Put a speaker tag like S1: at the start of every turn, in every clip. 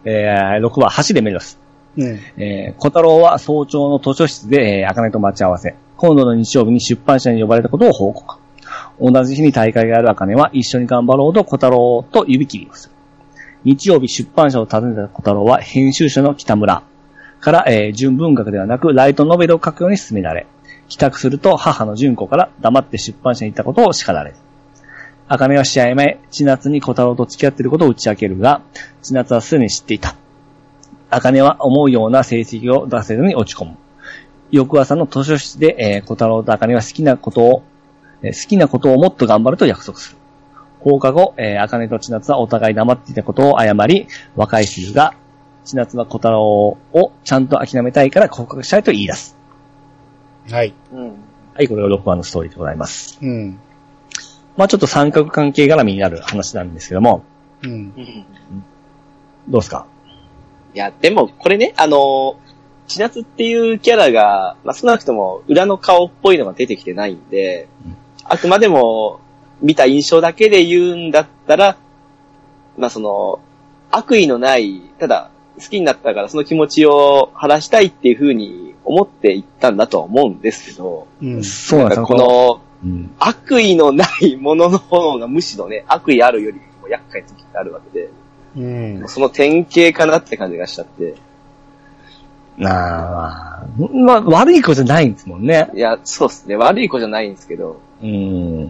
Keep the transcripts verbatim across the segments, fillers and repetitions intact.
S1: えー、ろくば走れメロス。
S2: うん。
S1: えー、小太郎は早朝の図書室で、えー、茜と待ち合わせ。今度の日曜日に出版社に呼ばれたことを報告。同じ日に大会がある茜は一緒に頑張ろうと小太郎と指切りをする。日曜日出版社を訪ねた小太郎は編集者の北村から、えー、純文学ではなくライトノベルを書くように勧められ、帰宅すると母の純子から黙って出版社に行ったことを叱られる。茜は試合前、千夏に小太郎と付き合っていることを打ち明けるが、千夏はすでに知っていた。茜は思うような成績を出せずに落ち込む。翌朝の図書室で、えー、小太郎と茜は好きなことを、えー、好きなことをもっと頑張ると約束する。放課後、えー、茜と千夏はお互い黙っていたことを謝り、和解するが、千夏は小太郎をちゃんと諦めたいから告白したいと言い出す。
S2: はい。
S1: うん、はい、これがろくばんのストーリーでございます。
S2: うん。
S1: まあちょっと三角関係絡みになる話なんですけども。
S2: うん。
S1: どうですか？
S3: いや、でもこれね、あの、千夏っていうキャラが、まあ少なくとも裏の顔っぽいのが出てきてないんで、うん、あくまでも見た印象だけで言うんだったら、まあその、悪意のない、ただ好きになったからその気持ちを晴らしたいっていう風に思っていったんだとは思うんですけど、
S1: うん、そうなんです
S3: この、うん、悪意のないものの方がむしろね、悪意あるよりも厄介な時ってあるわけで、うん、その典型かなって感じがしちゃって。
S1: なあ、まあ、悪い子じゃないんですもんね。
S3: いや、そうですね。悪い子じゃないんですけど。
S1: うん。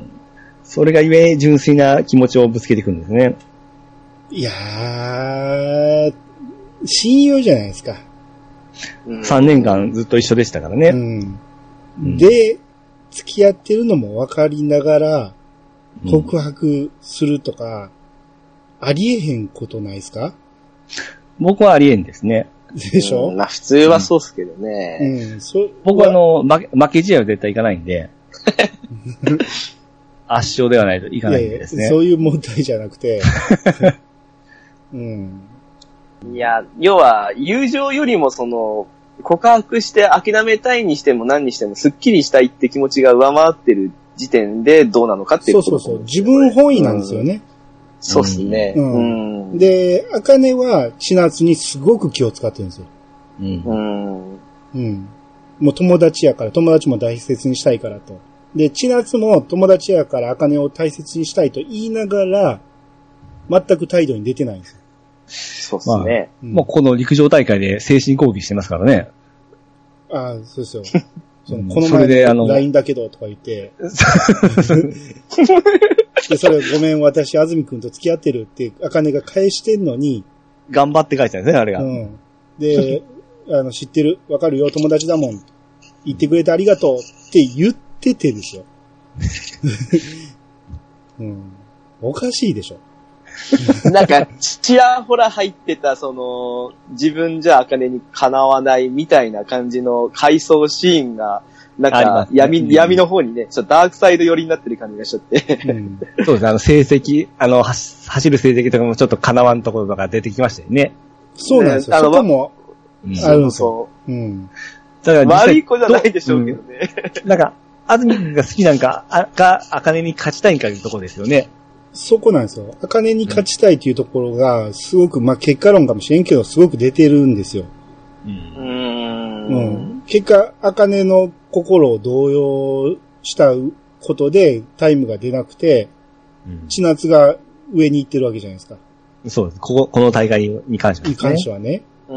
S1: それがゆえ純粋な気持ちをぶつけていくんですね。
S2: いやー、親友じゃないですか。
S1: さんねんかんずっと一緒でしたからね。
S2: うんうん、で、付き合ってるのも分かりながら、告白するとか、うん、ありえへんことないですか？
S1: 僕はありえんですね。
S2: でしょ？
S3: うん、まあ普通はそうですけどね。
S1: うんうん、そ僕はあの、負け、負け試合は絶対行かないんで、圧勝ではないといかないんですね。
S2: いやいやそういう問題じゃなくて、うん、
S3: いや、要は、友情よりもその、告白して諦めたいにしても何にしてもスッキリしたいって気持ちが上回ってる時点でどうなのかっていうこと、ね、
S2: そうそうそう。自分本位なんですよね。うん、
S3: そうっすね。
S2: うん。で、茜は千夏にすごく気を使ってるんですよ。
S1: うん。
S2: うん。もう友達やから、友達も大切にしたいからと。で、千夏も友達やから茜を大切にしたいと言いながら、全く態度に出てないんですよ。
S3: そうっすね。
S1: まあ、もうこの陸上大会で精神攻撃してますからね。
S2: ああ、そうですよ。そのこの前の ライン だけどとか言って。で、それごめん、私、安住くんと付き合ってるって、茜が返してんのに。
S1: 頑張って返したんですね、あれが。
S2: うん。で、あの、知ってる、わかるよ、友達だもん。言ってくれてありがとうって言っててですよ。うん。おかしいでしょ。
S3: なんか、ちらほら入ってた、その、自分じゃ茜にかなわないみたいな感じの回想シーンが、なんか、闇、ね、闇の方にね、ちょっとダークサイド寄りになってる感じがしちゃって。うん、
S1: そうですね、あの、成績、あの、走る成績とかもちょっとかなわんところとか出てきましたよね。
S2: そうなんですよ。ね、そこも、あるんですよ。
S3: うん。だから悪い子じゃないでしょうけどね。
S1: うん、なんか、安住君が好きなんか、あか、茜に勝ちたいんかというところですよね。
S2: そこなんですよ。茜に勝ちたいというところが、すごく、まあ、結果論かもしれんけど、すごく出てるんですよ。
S3: うん。
S2: うん。結果、茜の心を動揺したことで、タイムが出なくて、うん、千夏が上に行ってるわけじゃないですか。
S1: そうです。ここ、この大会に関してはね。
S2: に関してはね。
S3: うん。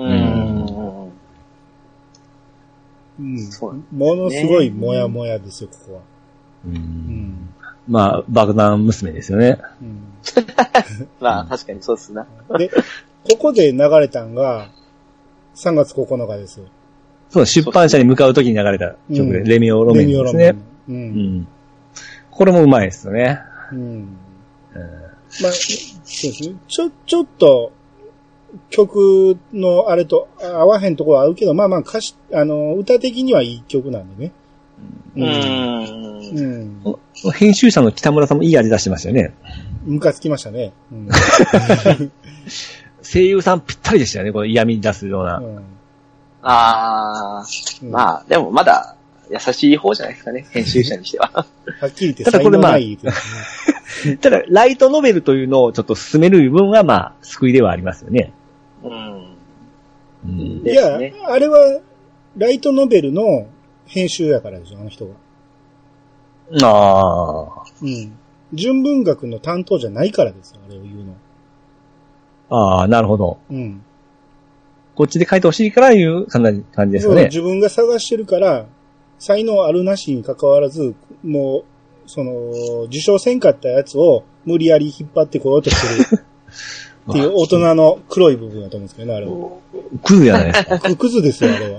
S2: うん。そう。ものすごいもやもやですよ、ここは。
S1: うん。うんまあ、爆弾娘ですよね。うん、
S3: まあ、確かにそうっすな。
S2: で、ここで流れたんが、さんがつここのかですよ。
S1: そう、出版社に向かうときに流れた曲で、うん、レミオロメンですね。うん。うん。これもうまいですよね。うん。うん、
S2: まあ、そうですね。ちょ、ちょっと、曲のあれと合わへんところはあるけど、まあまあ歌詞、あの、歌的にはいい曲なんでね。
S3: うん。うん
S1: うん編集者の北村さんもいい味出してましたよね。
S2: ムカつきましたね。うん、
S1: 声優さんぴったりでしたよね、この嫌味出すような。うん、
S3: あー、うん、まあ、でもまだ優しい方じゃないですかね、編集者にしては。
S2: はっきり言って才能ない。
S1: ただこれまあ、ただ、ライトノベルというのをちょっと進める部分はまあ、救いではありますよね。
S3: うん。
S1: うん、
S2: いや、ね、あれは、ライトノベルの編集やからでしょ、あの人が。
S1: ああ。
S2: うん。純文学の担当じゃないからですよ、あれを言うの。
S1: ああ、なるほど。
S2: うん。
S1: こっちで書いてほしいから言う、そんな感じですかね。
S2: 自分が探してるから、才能あるなしに関わらず、もう、その、受賞せんかったやつを無理やり引っ張ってこようとするっていう大人の黒い部分だと思うんですけどね、あれは。
S1: クズやないですか。
S2: クズですよ、あれは。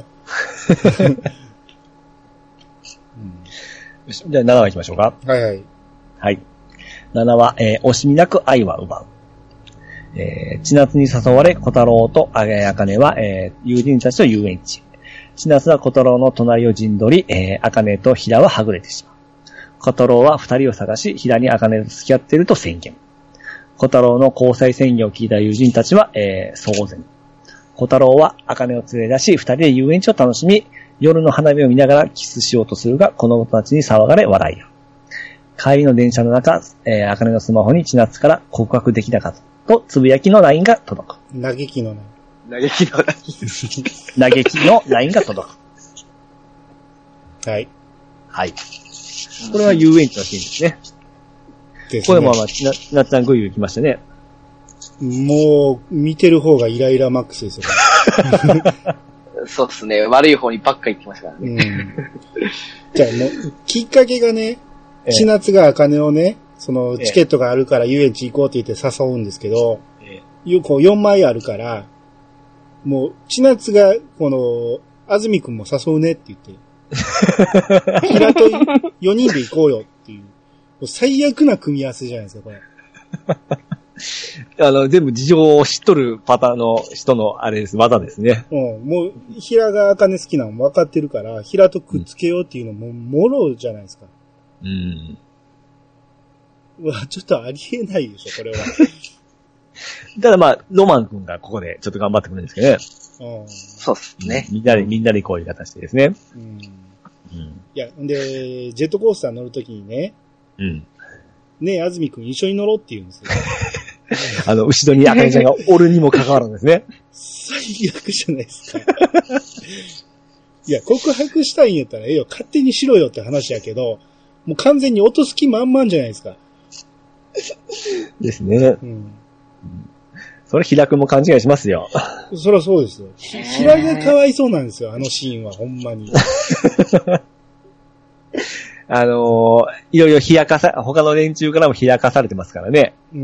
S1: うん、じゃあななわ行きましょうか。
S2: はいはい。
S1: はい。ななわ、えー、惜しみなく愛は奪う。えー、千夏に誘われ、小太郎とあやかねは、えー、友人たちと遊園地。千夏は小太郎の隣を陣取り、えー、あかねとひらははぐれてしまう。小太郎は二人を探し、ひらにあかねと付き合っていると宣言。小太郎の交際宣言を聞いた友人たちは、えー、騒然。小太郎はあかねを連れ出し、二人で遊園地を楽しみ、夜の花火を見ながらキスしようとするが、子供たちに騒がれ笑い合う。帰りの電車の中、えー、あかねのスマホに千夏から告白できなかったと、つぶやきの ライン が届く。
S2: 嘆きの
S3: ライン。嘆きの ライン。
S1: 嘆きの ライン が届
S2: く。はい。
S1: はい。これは遊園地のシーンですね。ですね。これもまあ、な、なっちゃんグイグイ来ましたね。
S2: もう、見てる方がイライラマックスですよ。
S3: そうですね。悪い方にばっか行きましたからね。うん、
S2: じゃあもう、きっかけがね、千夏が茜をね、その、チケットがあるから遊園地行こうって言って誘うんですけど、ええ、こうよんまいあるから、もう、千夏が、この、安住くんも誘うねって言って、平とよにんで行こうよっていう、もう最悪な組み合わせじゃないですか、これ。
S1: あの、全部事情を知っとるパターンの人のあれです、技ですね。
S2: うん、もう、平が茜好きなの分かってるから、平とくっつけようっていうのも、もろじゃないですか。
S1: うん。
S2: うわ、ちょっとありえないでしょ、これは。
S1: ただまあ、ロマン君がここでちょっと頑張ってくるんですけどね。
S3: うん、そうっすね。
S1: みんなで、みんなでこういう形でですね。うん。うん、
S2: いや、で、ジェットコースター乗るときにね。うん。ねえ、安住くん一緒に乗ろうって言うんですよ。
S1: あの、後ろにあかねちゃんがおるにも関わるんですね。
S2: 最悪じゃないですか。いや、告白したいんやったらええよ、勝手にしろよって話やけど、もう完全に落とす気満々じゃないですか。
S1: ですね。うん。それ、平くんも勘違いしますよ。
S2: そりゃそうですよ。平がかわいそうなんですよ、あのシーンは、ほんまに。
S1: あのー、いろいろ冷やかさ、他の連中からも冷やかされてますからね。
S3: うん。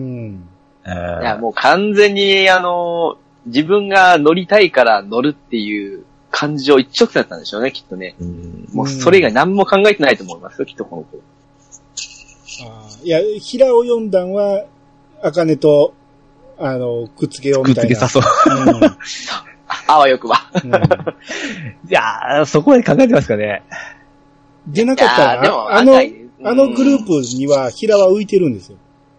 S3: いや、もう完全に、あのー、自分が乗りたいから乗るっていう感情一直線だったんでしょうね、きっとね。うん、もうそれ以外何も考えてないと思いますよ、きっとこの子。
S2: あいや、平を読んだんは、茜と、あの、くっつけようみたいな。くっつけさそう。うん、
S3: あわよくば。うん、
S1: いやー、そこまで考えてますかね。
S2: でなかったら、あ, あの、あのグループには平は浮いてるんですよ。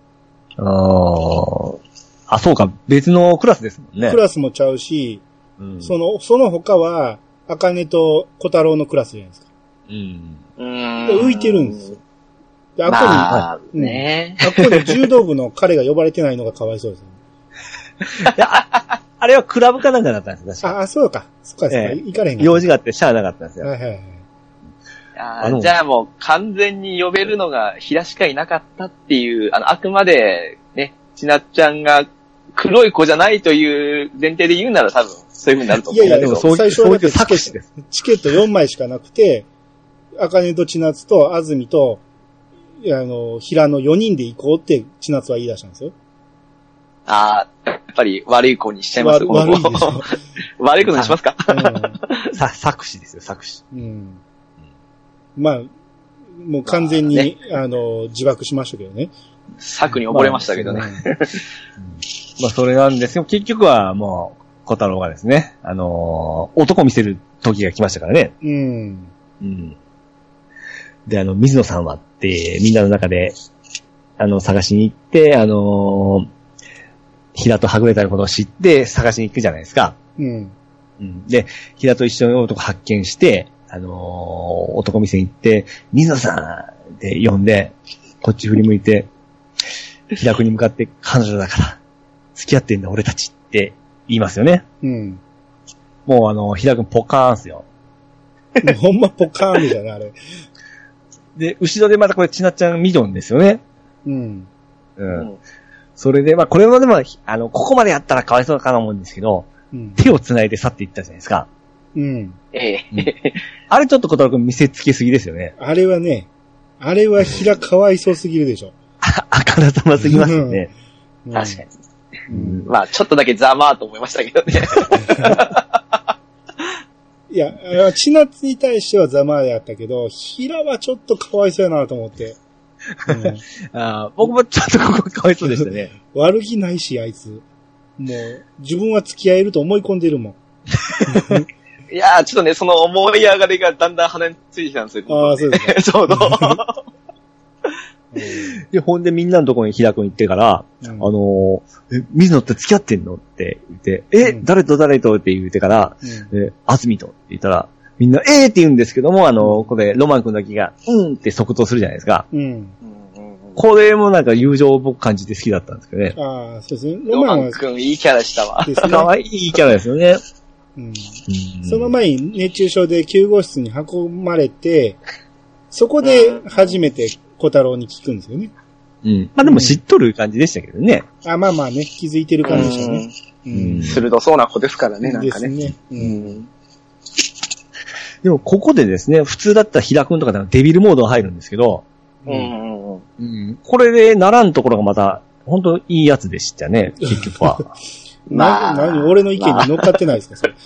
S1: ああ、そうか、別のクラスですもんね。
S2: クラスもちゃうし、うん、その、その他は、茜と小太郎のクラスじゃないですか。うん。浮いてるんですよ。で、あっこに、まあ、ね、うん、あっこに柔道部の彼が呼ばれてないのがかわいそうですよね。
S1: いや、あ、あれはクラブかなんかだったんですよ、
S2: 確か。あ、そうか。そっか、ええ、行かれへんか。
S1: 用事があってしゃあなかったんですよ。はいはいはい。
S3: あじゃあもう完全に呼べるのが平しかいなかったっていう、あの、あくまでね、ちなっちゃんが黒い子じゃないという前提で言うなら多分そういう風になると思うんだけど。いやいや、でも
S2: 最初はチケット、チケットよんまいしかなくて、茜と千夏と安住と、あの、平のよにんで行こうって千夏は言い出したんですよ。
S3: ああ、やっぱり悪い子にしちゃいます。悪いでしょ。悪い子にしますか、
S1: うん、さ、作詞ですよ、作詞。うん
S2: まあ、もう完全に、ね、あの、自爆しましたけどね。
S3: 策に溺れましたけどね。まあ、
S1: うんまあ、それなんですよ。結局はもう、小太郎がですね、あのー、男見せる時が来ましたからね。うん。うん。で、あの、水野さんはって、みんなの中で、あの、探しに行って、あのー、平とはぐれたことを知って探しに行くじゃないですか。うん。うん、で、平と一緒に男発見して、あのー、男店に行って、水野さんって呼んで、こっち振り向いて、平くんに向かって、彼女だから、付き合ってんだ俺たちって言いますよね。
S2: うん。
S1: もうあの、平くんポカーンすよ。
S2: ほんまポカーンじゃな、あれ。
S1: で、後ろでまたこれちなっちゃん見とんですよね。
S2: うん。
S1: うん。うん、それで、まあこれまでも、あの、ここまでやったらかわいそうかな思うんですけど、うん、手を繋いで去っていったじゃないですか。
S2: うん。
S3: ええ。
S1: うん、あれちょっと小太郎くん見せつけすぎですよね。
S2: あれはね、あれは平かわいそうすぎるでしょ。
S1: あ、あからさますぎますよね。
S3: うん、確かに。うん、まあ、ちょっとだけざまーと思いましたけどね。
S2: いや、千夏に対してはざまーやったけど、平はちょっとかわいそうやなと思って。
S1: うん、あ僕もちょっとここかわいそうでしたね。
S2: 悪気ないし、あいつ。もう、自分は付き合えると思い込んでるもん。
S3: いやー、ちょっとね、その思い上がりがだんだん鼻についてきたんですよ。
S2: ああ、そうですか。
S3: ちょうど。
S1: で、ほんでみんなのところに平くん行ってから、うん、あのー、え、水野って付き合ってんのって言って、え、うん、誰と誰とって言ってから、うん、え、あずみとって言ったら、みんな、えーって言うんですけども、あのー、これ、ロマンくんだけが、うんって即答するじゃないですか。うん。これもなんか友情を僕感じて好きだったんですけどね。
S2: ああ、そうですね。
S3: ロマンくんいいキャラしたわ。
S1: かわいいキャラですよね。
S2: うん。うん、その前に熱中症で救護室に運ばれて、そこで初めて小太郎に聞くんですよね。
S1: うん。まあでも知っとる感じでしたけどね。
S2: うん、あ、まあまあね、気づいてる感じでしたね。
S3: うん。うん、鋭そうな子ですからね、なんかね。ですね。
S2: うん。
S1: でもここでですね、普通だったら平くんとかでデビルモードが入るんですけど、
S3: うんうんうん、
S1: これでならんところがまた、本当いいやつでしたね、結局は。
S2: まあ、なに、俺の意見に乗っかってないですか、それ。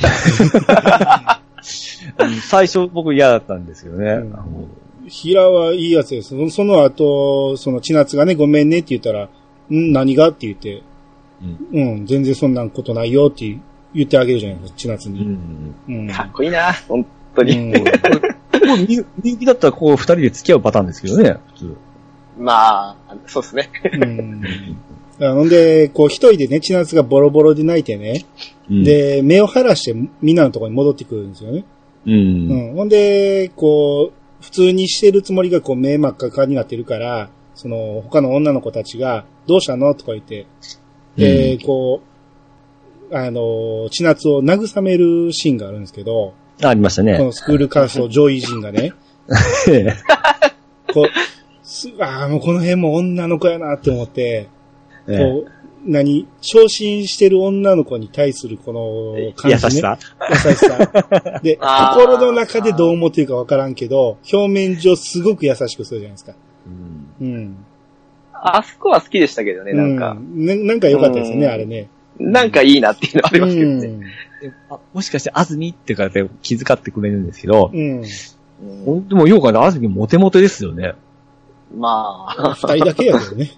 S1: 最初僕嫌だったんですけどね。うん、
S2: 平はいいやつです。その後、その千夏がね、ごめんねって言ったら、ん何がって言って、うん、うん、全然そんなことないよって言ってあげるじゃないですか、千夏に。
S3: うんうん、かっこいいな、本当に。うん
S1: もう人気だったらこう二人で付き合うパターンですけどね、普通。
S3: まあ、そうですね。
S2: うん。ほんで、こう一人でね、千夏がボロボロで泣いてね、うん、で、目を晴らしてみんなのところに戻ってくるんですよね。
S1: うん。
S2: うん。ほんで、こう、普通にしてるつもりがこう目真っ赤っかになってるから、その他の女の子たちが、どうしたのとか言って、で、うん、こう、あの、千夏を慰めるシーンがあるんですけど、
S1: ありましたね。
S2: このスクールカースト上位陣がね。こう、す、ああ、もうこの辺も女の子やなって思って、ええ、こう、何、昇進してる女の子に対するこの感じね。
S1: 優しさ
S2: 優しさ。で、心の中でどう思ってるかわからんけど、表面上すごく優しくするじゃないですか。うん。うん。
S3: あそこは好きでしたけどね、なんか。
S2: うん、な, なんか良かったですよね、あれね。
S3: なんかいいなっていうのありますけどね。うん
S1: あもしかして、あずみってからで気遣ってくれるんですけど、
S2: うん。
S1: ほんともう、ようかな、あずみモテモテですよね。
S3: まあ。
S2: 二人だけやけどね。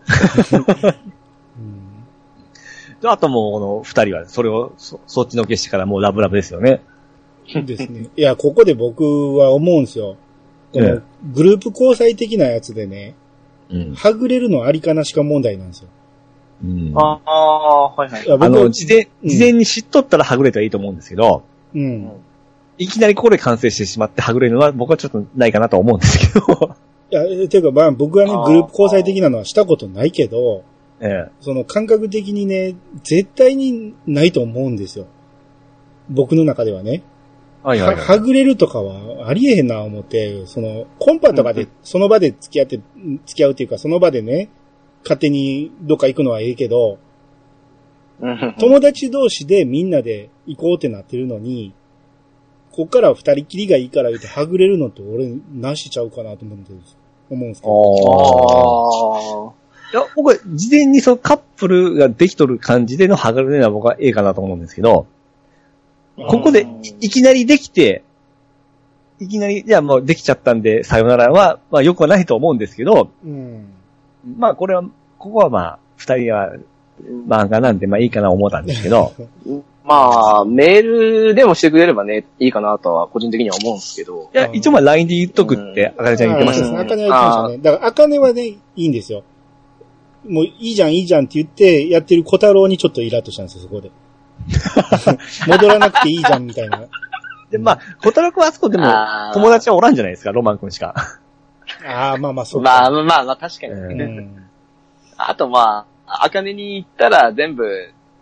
S1: うん、あともう、この二人は、それをそ、そっちのけしてからもうラブラブですよね。
S2: ですね。いや、ここで僕は思うんですよ。このグループ交際的なやつでね、うん、はぐれるのありかなしか問題なんですよ。
S1: うん、
S3: ああ、はいはい。
S1: あの、事前、事前に知っとったらはぐれたらいいと思うんですけど、
S2: うん。
S1: いきなりここで完成してしまってはぐれるのは僕はちょっとないかなと思うんですけど。
S2: いや、ていうかまあ僕はね、グループ交際的なのはしたことないけど、
S1: ええ、
S2: その感覚的にね、絶対にないと思うんですよ。僕の中ではね。
S1: はいはいはい、は、
S2: はぐれるとかはありえへんな思って、その、コンパとかで、その場で付き合って、付き合うっていうか、その場でね、勝手にどっか行くのはええけど、友達同士でみんなで行こうってなってるのに、こっからは二人きりがいいから言ってはぐれるのって俺なしちゃうかなと思うんです。思うんですけ
S1: ど。ああ。いや、僕は事前にそのカップルができとる感じでのはぐれるのは僕はええかなと思うんですけど、ここでいきなりできて、いきなり、じゃあもうできちゃったんでさよならは、まあ良くはないと思うんですけど、
S2: うん、
S1: まあこれは、ここはまあ、二人は漫画なんでまあいいかな思ったんですけど。
S3: まあ、メールでもしてくれればね、いいかなとは個人的には思うんですけど。
S1: いや、一応まあ ライン で言っとくって、あかねちゃん言ってましたね。
S2: あかねは言ってましたね。だから、あかねはね、いいんですよ。もういいじゃんいいじゃんって言ってやってる小太郎にちょっとイラッとしたんですよ、そこで。戻らなくていいじゃんみたいな。
S1: で、まあ、小太郎くんはあそこでも友達はおらんじゃないですか、ロマンくんしか。
S2: ああ、まあまあそう
S3: か。まあまあまあ確かに。
S2: うん、
S3: あとまあ、あかねに行ったら全部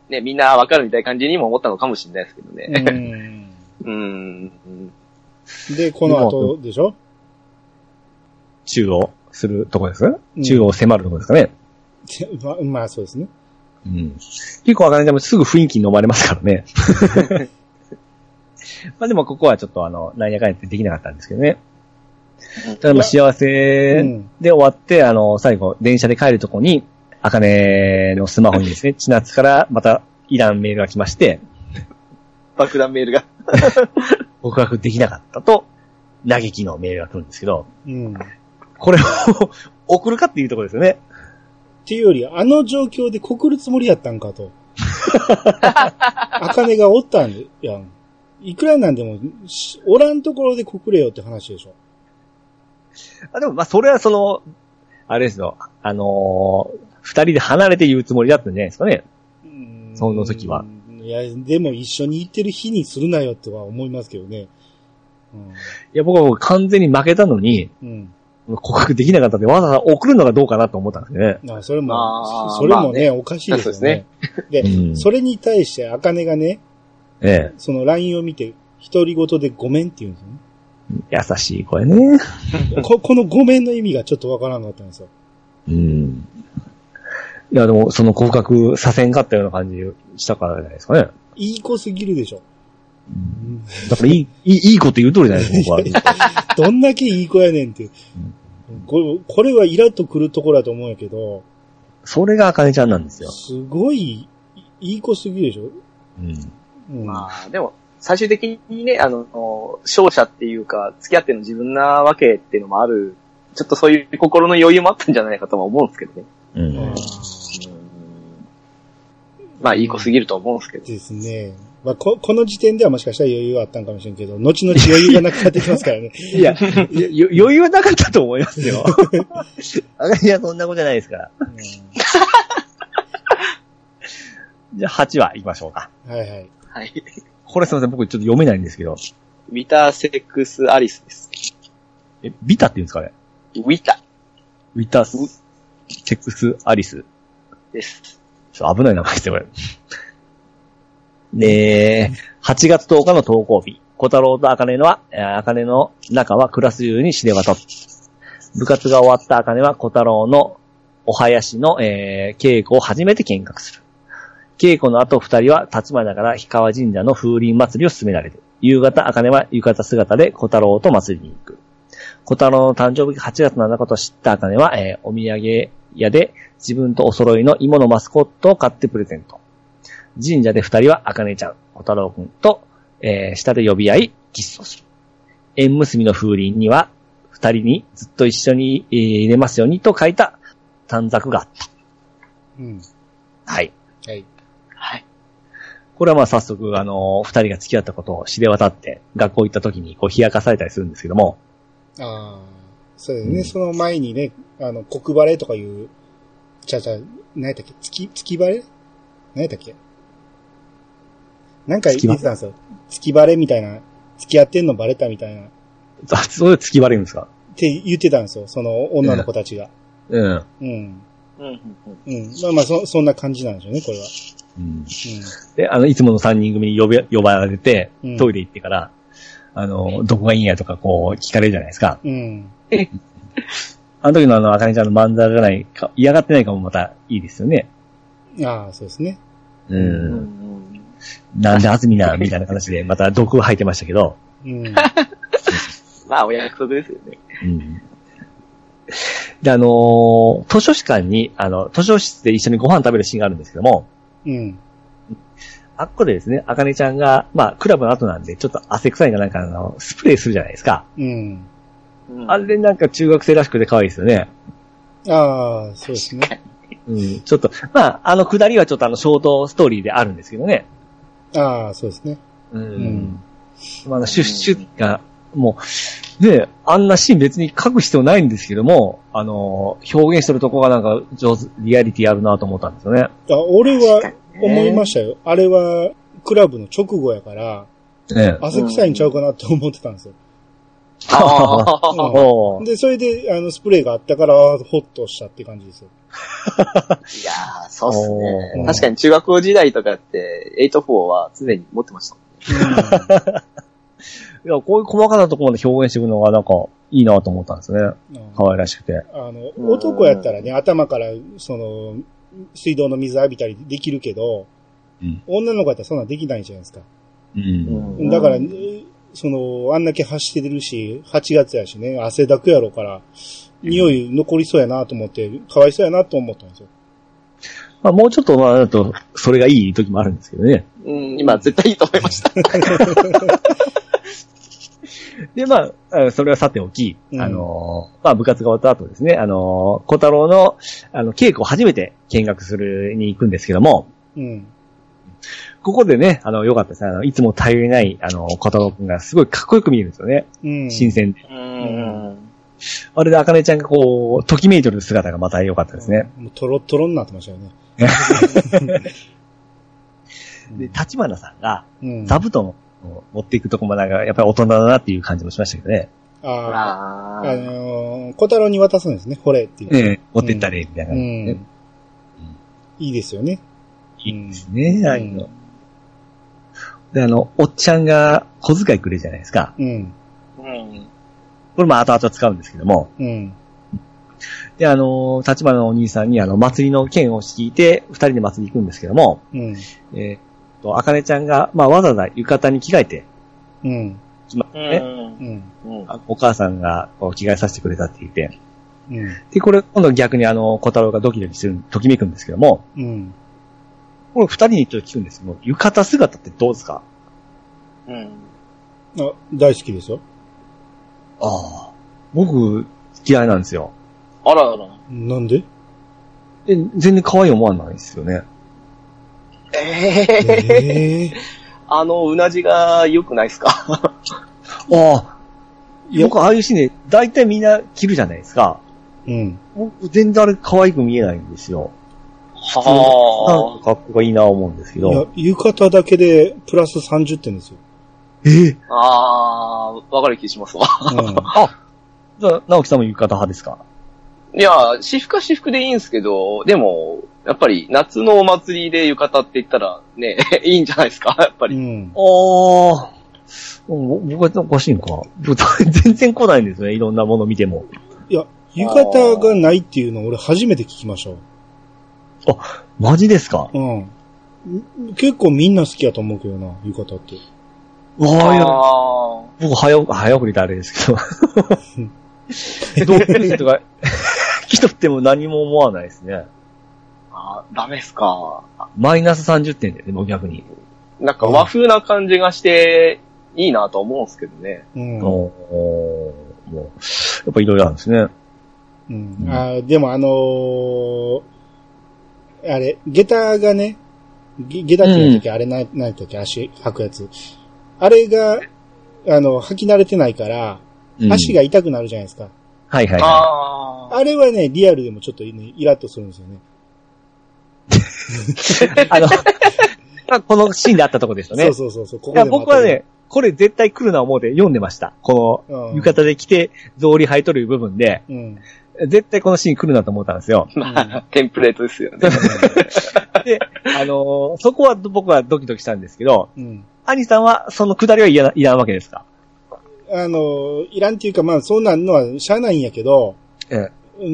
S3: ね、みんなわかるみたいな感じにも思ったのかもしれないですけどね。
S2: うん。
S3: うん。
S2: で、この後でしょ？
S1: 中央するとこですね。うん、中央迫るとこですかね。
S2: ま, まあそうですね。
S1: うん。結構あかねちゃんもすぐ雰囲気に飲まれますからね。まあでもここはちょっとあの、なんやかんやってできなかったんですけどね。ただまあ幸せで終わって、あの、最後、電車で帰るとこに、あかねのスマホにですね、千夏からまたいらんメールが来まして、
S3: 爆弾メールが。
S1: 告白できなかったと、嘆きのメールが来るんですけど、
S2: うん、
S1: これを送るかっていうところですよね。
S2: っていうより、あの状況で告るつもりやったんかと。あかねがおったんやん。いくらなんでも、おらんところで告れよって話でしょ。
S1: あでも、まあ、それはその、あれですよ、あのー、二人で離れて言うつもりだったんじゃないですかね。うん、その時は。
S2: いや、でも一緒に行ってる日にするなよっては思いますけどね。
S1: うん、いや、僕はもう完全に負けたのに、うん、告白できなかったんで、わざわざ送るのがどうかなと思ったんですね。
S2: あそれも、それもね、まあね、おかしいですよね。で、うん、それに対して、あかねがね、ええ、その ライン を見て、独り言でごめんって言うんですよね。
S1: 優しい声ね。
S2: こ、このごめんの意味がちょっとわからなかったんですよ。
S1: うん。いや、でも、その告白させんかったような感じしたからじゃないですかね。
S2: いい子すぎるでしょ。
S1: うん、だからいい、いい、いい子って言う通りじゃないですか、僕は。
S2: どんだけいい子やねんって。うん、これ、これはイラッとくるところだと思うんやけど。
S1: それがあかねちゃんなんですよ。
S2: すごい、いい子すぎるでしょ。
S3: うん。うん、まあ、でも、最終的にね、あの、勝者っていうか、付き合ってるの自分なわけっていうのもある、ちょっとそういう心の余裕もあったんじゃないかとは思うんですけどね。うん。うん、まあ、いい子すぎると思うんですけど。
S2: ですね。まあ、こ、この時点ではもしかしたら余裕はあったんかもしれんけど、後々余裕がなくなってきますからね。
S1: いや、余裕はなかったと思いますよ。いや、そんなことじゃないですから。うん、じゃあ、はちわ行きましょうか。
S2: はいはい。
S3: はい。
S1: これすみません、僕ちょっと読めないんですけど。
S3: ウィターセックスアリスです。
S1: え、ビタって言うんですかね？
S3: ウィタ。
S1: ウィターセックスアリス。
S3: です。
S1: ちょっと危ない名前ですよ、これ。で、はちがつとおかの投稿日。小太郎と茜のは、茜の中はクラス中に知れ渡った。部活が終わった茜は小太郎のお囃子の、えー、稽古を初めて見学する。稽古の後二人は立花から氷川神社の風鈴祭りを進められる。夕方、茜は浴衣姿で小太郎と祭りに行く。小太郎の誕生日がはちがつなのかことを知った茜は、えー、お土産屋で自分とお揃いの芋のマスコットを買ってプレゼント。神社で二人は茜ちゃん、小太郎くんと、えー、下で呼び合い、キスをする。縁結びの風鈴には、二人にずっと一緒に、えー、入れますようにと書いた短冊があった。うん。はい。
S2: はい。
S3: はい。
S1: これはまあ早速、あのー、二人が付き合ったことを知れ渡って、学校行った時にこう冷やかされたりするんですけども。
S2: ああ、そうですね、うん。その前にね、あの、黒バレとかいう、ちゃちゃ、何やったっけ月、月バレ何やったっけなんか言ってたんですよ。月バレみたいな、付き合ってんのバレたみたいな。
S1: あ、それ月バレるんですか
S2: って言ってたんですよ、その女の子たちが。
S1: うん。うん。
S2: うん。うん。うん。まあまあ、そ、そんな感じなんでしょうね、これは。
S1: うん。うん、で、あの、いつもの三人組に呼べ、呼ばれて、トイレ行ってから、うん、あの、どこがいいんやとか、こう、聞かれるじゃないですか。うん。あの時のあの、あかねちゃんの漫才がないか、嫌がってないかもまたいいですよね。
S2: ああ、そうですね。
S1: うん。うんなんであずみな、みたいな形で、また毒吐いてましたけど。うん。
S3: まあ、お約束ですよね。うん。
S1: で、あのー、図書館に、あの、図書室で一緒にご飯食べるシーンがあるんですけども。うん。あっこでですね、あかねちゃんが、まあ、クラブの後なんで、ちょっと汗臭いかなんかの、スプレーするじゃないですか。うん。あれなんか中学生らしくて可愛いですよね。
S2: ああ、そうですね。
S1: うん。ちょっと、まあ、あのくだりはちょっとあの、ショートストーリーであるんですけどね。
S2: ああ、そうですね。
S1: うん。うん、まあ、シュッシュッが、もう、ね、あんなシーン別に書く必要ないんですけども、あの、表現してるとこがなんか上手、リアリティあるなと思ったんですよね。
S2: あ、俺は思いましたよ。あれは、クラブの直後やから、ね、汗臭いんちゃうかなって思ってたんですよ。
S3: あ
S2: うんで、それで、あの、スプレーがあったから、ホッとしたって感じですよ。
S3: いやー、そうっすね。確かに中学校時代とかって、エイトフォーは常に持ってましたもんね。
S1: いや、こういう細かなところまで表現していくのがなんかいいなと思ったんですね。可愛らしくて。
S2: あの、男やったらね、頭から、その、水道の水浴びたりできるけど、うん、女の子やったらそんなんできないじゃないですか。うん、だから、ね、その、あんだけ走ってるし、はちがつやしね、汗だくやろから、匂い残りそうやなと思って、かわいそうやなと思ったんですよ。
S1: まあもうちょっとまあだと、それがいい時もあるんですけどね。
S3: うん、今絶対いいと思いました。
S1: で、まあ、それはさておき、うん、あの、まあ部活が終わった後ですね、あの、小太郎の、あの、稽古を初めて見学するに行くんですけども、うん、ここでね、あの、よかったですね。あの、いつも頼りない、あの、小太郎くんがすごいかっこよく見えるんですよね。うん、新鮮で。うん、あれで、あかねちゃんがこう、ときめいてる姿がまた良かったですね。
S2: もうトロットロになってましたよね。
S1: で、立花さんが、座布団を持っていくとこもなんか、やっぱり大人だなっていう感じもしましたけどね。
S2: ああ、あのー、小太郎に渡すんですね、これっていう。
S1: ええ、持ってったれ、みたいな感じで、ねうんうん。
S2: いいですよね。
S1: いいですね、ああいうの。で、あの、おっちゃんが小遣いくれるじゃないですか。うん。うん。これも後々使うんですけども。うん。で、あの、立花のお兄さんにあの、祭りの件を聞いて、二人で祭り行くんですけども。うん。えー、と、あかねちゃんが、まあ、わざわざ浴衣に着替えて。うん。まあ、ね。うん。うん。お母さんがこう着替えさせてくれたって言って。うん。で、これ、今度逆にあの、小太郎がドキドキする、ときめくんですけども。うん。これ二人にちょっと聞くんですけど、浴衣姿ってどうですか？
S2: うん。あ、大好きですよ。
S1: ああ。僕、嫌いなんですよ。
S3: あらあら。
S2: なんで？
S1: え、全然可愛い思わないですよね。
S3: ええー。あの、うなじが良くないですか？あ
S1: あ。僕、ああいうシーンで、大体みんな着るじゃないですか。うん。僕、全然あれ可愛く見えないんですよ。はあ。格好がいいな思うんですけど。いや、
S2: 浴衣だけでプラスさんじゅってんですよ。
S1: えー、
S3: ああ、わかる気しますわ。うん、
S1: あ、じゃあ、直樹さんも浴衣派ですか？
S3: いや、私服は私服でいいんですけど、でも、やっぱり夏のお祭りで浴衣って言ったらね、いいんじゃないですか、やっぱり。うん、
S1: ああ、僕はおかしいんか。全然来ないんですね、いろんなもの見ても。
S2: いや、浴衣がないっていうのを俺初めて聞きました。
S1: あ、マジですか？
S2: うん。結構みんな好きやと思うけどな、浴衣って。
S1: わあ、いや、僕早、早送りであれですけど。同級生とか、来とっても何も思わないですね。
S3: ああ、ダメっすか。
S1: マイナスさんじゅってんで、でも逆に。
S3: なんか和風な感じがして、いいなと思うんですけどね。うん。お
S1: ー、もう、やっぱいろいろあるんですね。
S2: うん。うん、あでもあのー、あれ、下駄がね、下駄っていう時、うん、あれ何やったっけ、足履くやつ。あれが、あの、履き慣れてないから、うん、足が痛くなるじゃないですか。
S1: はいはいはい。
S3: あ,
S2: あれはね、リアルでもちょっと、ね、イラッとするんですよね。
S1: あの、このシーンであったとこですよね。
S2: そうそうそうそう。ここ
S1: でいや僕はね、これ絶対来るな思うで読んでました。この、浴衣で着て、草履履いとる部分で、うん、絶対このシーン来るなと思ったんですよ。
S3: まあ、テンプレートですよね。
S1: で、あのー、そこは僕はドキドキしたんですけど、うん、兄さんはその下りは嫌な、嫌なわけですか？
S2: あのー、いらんっていうか、まあ、そうなんのはしゃあないんやけど、ええうん、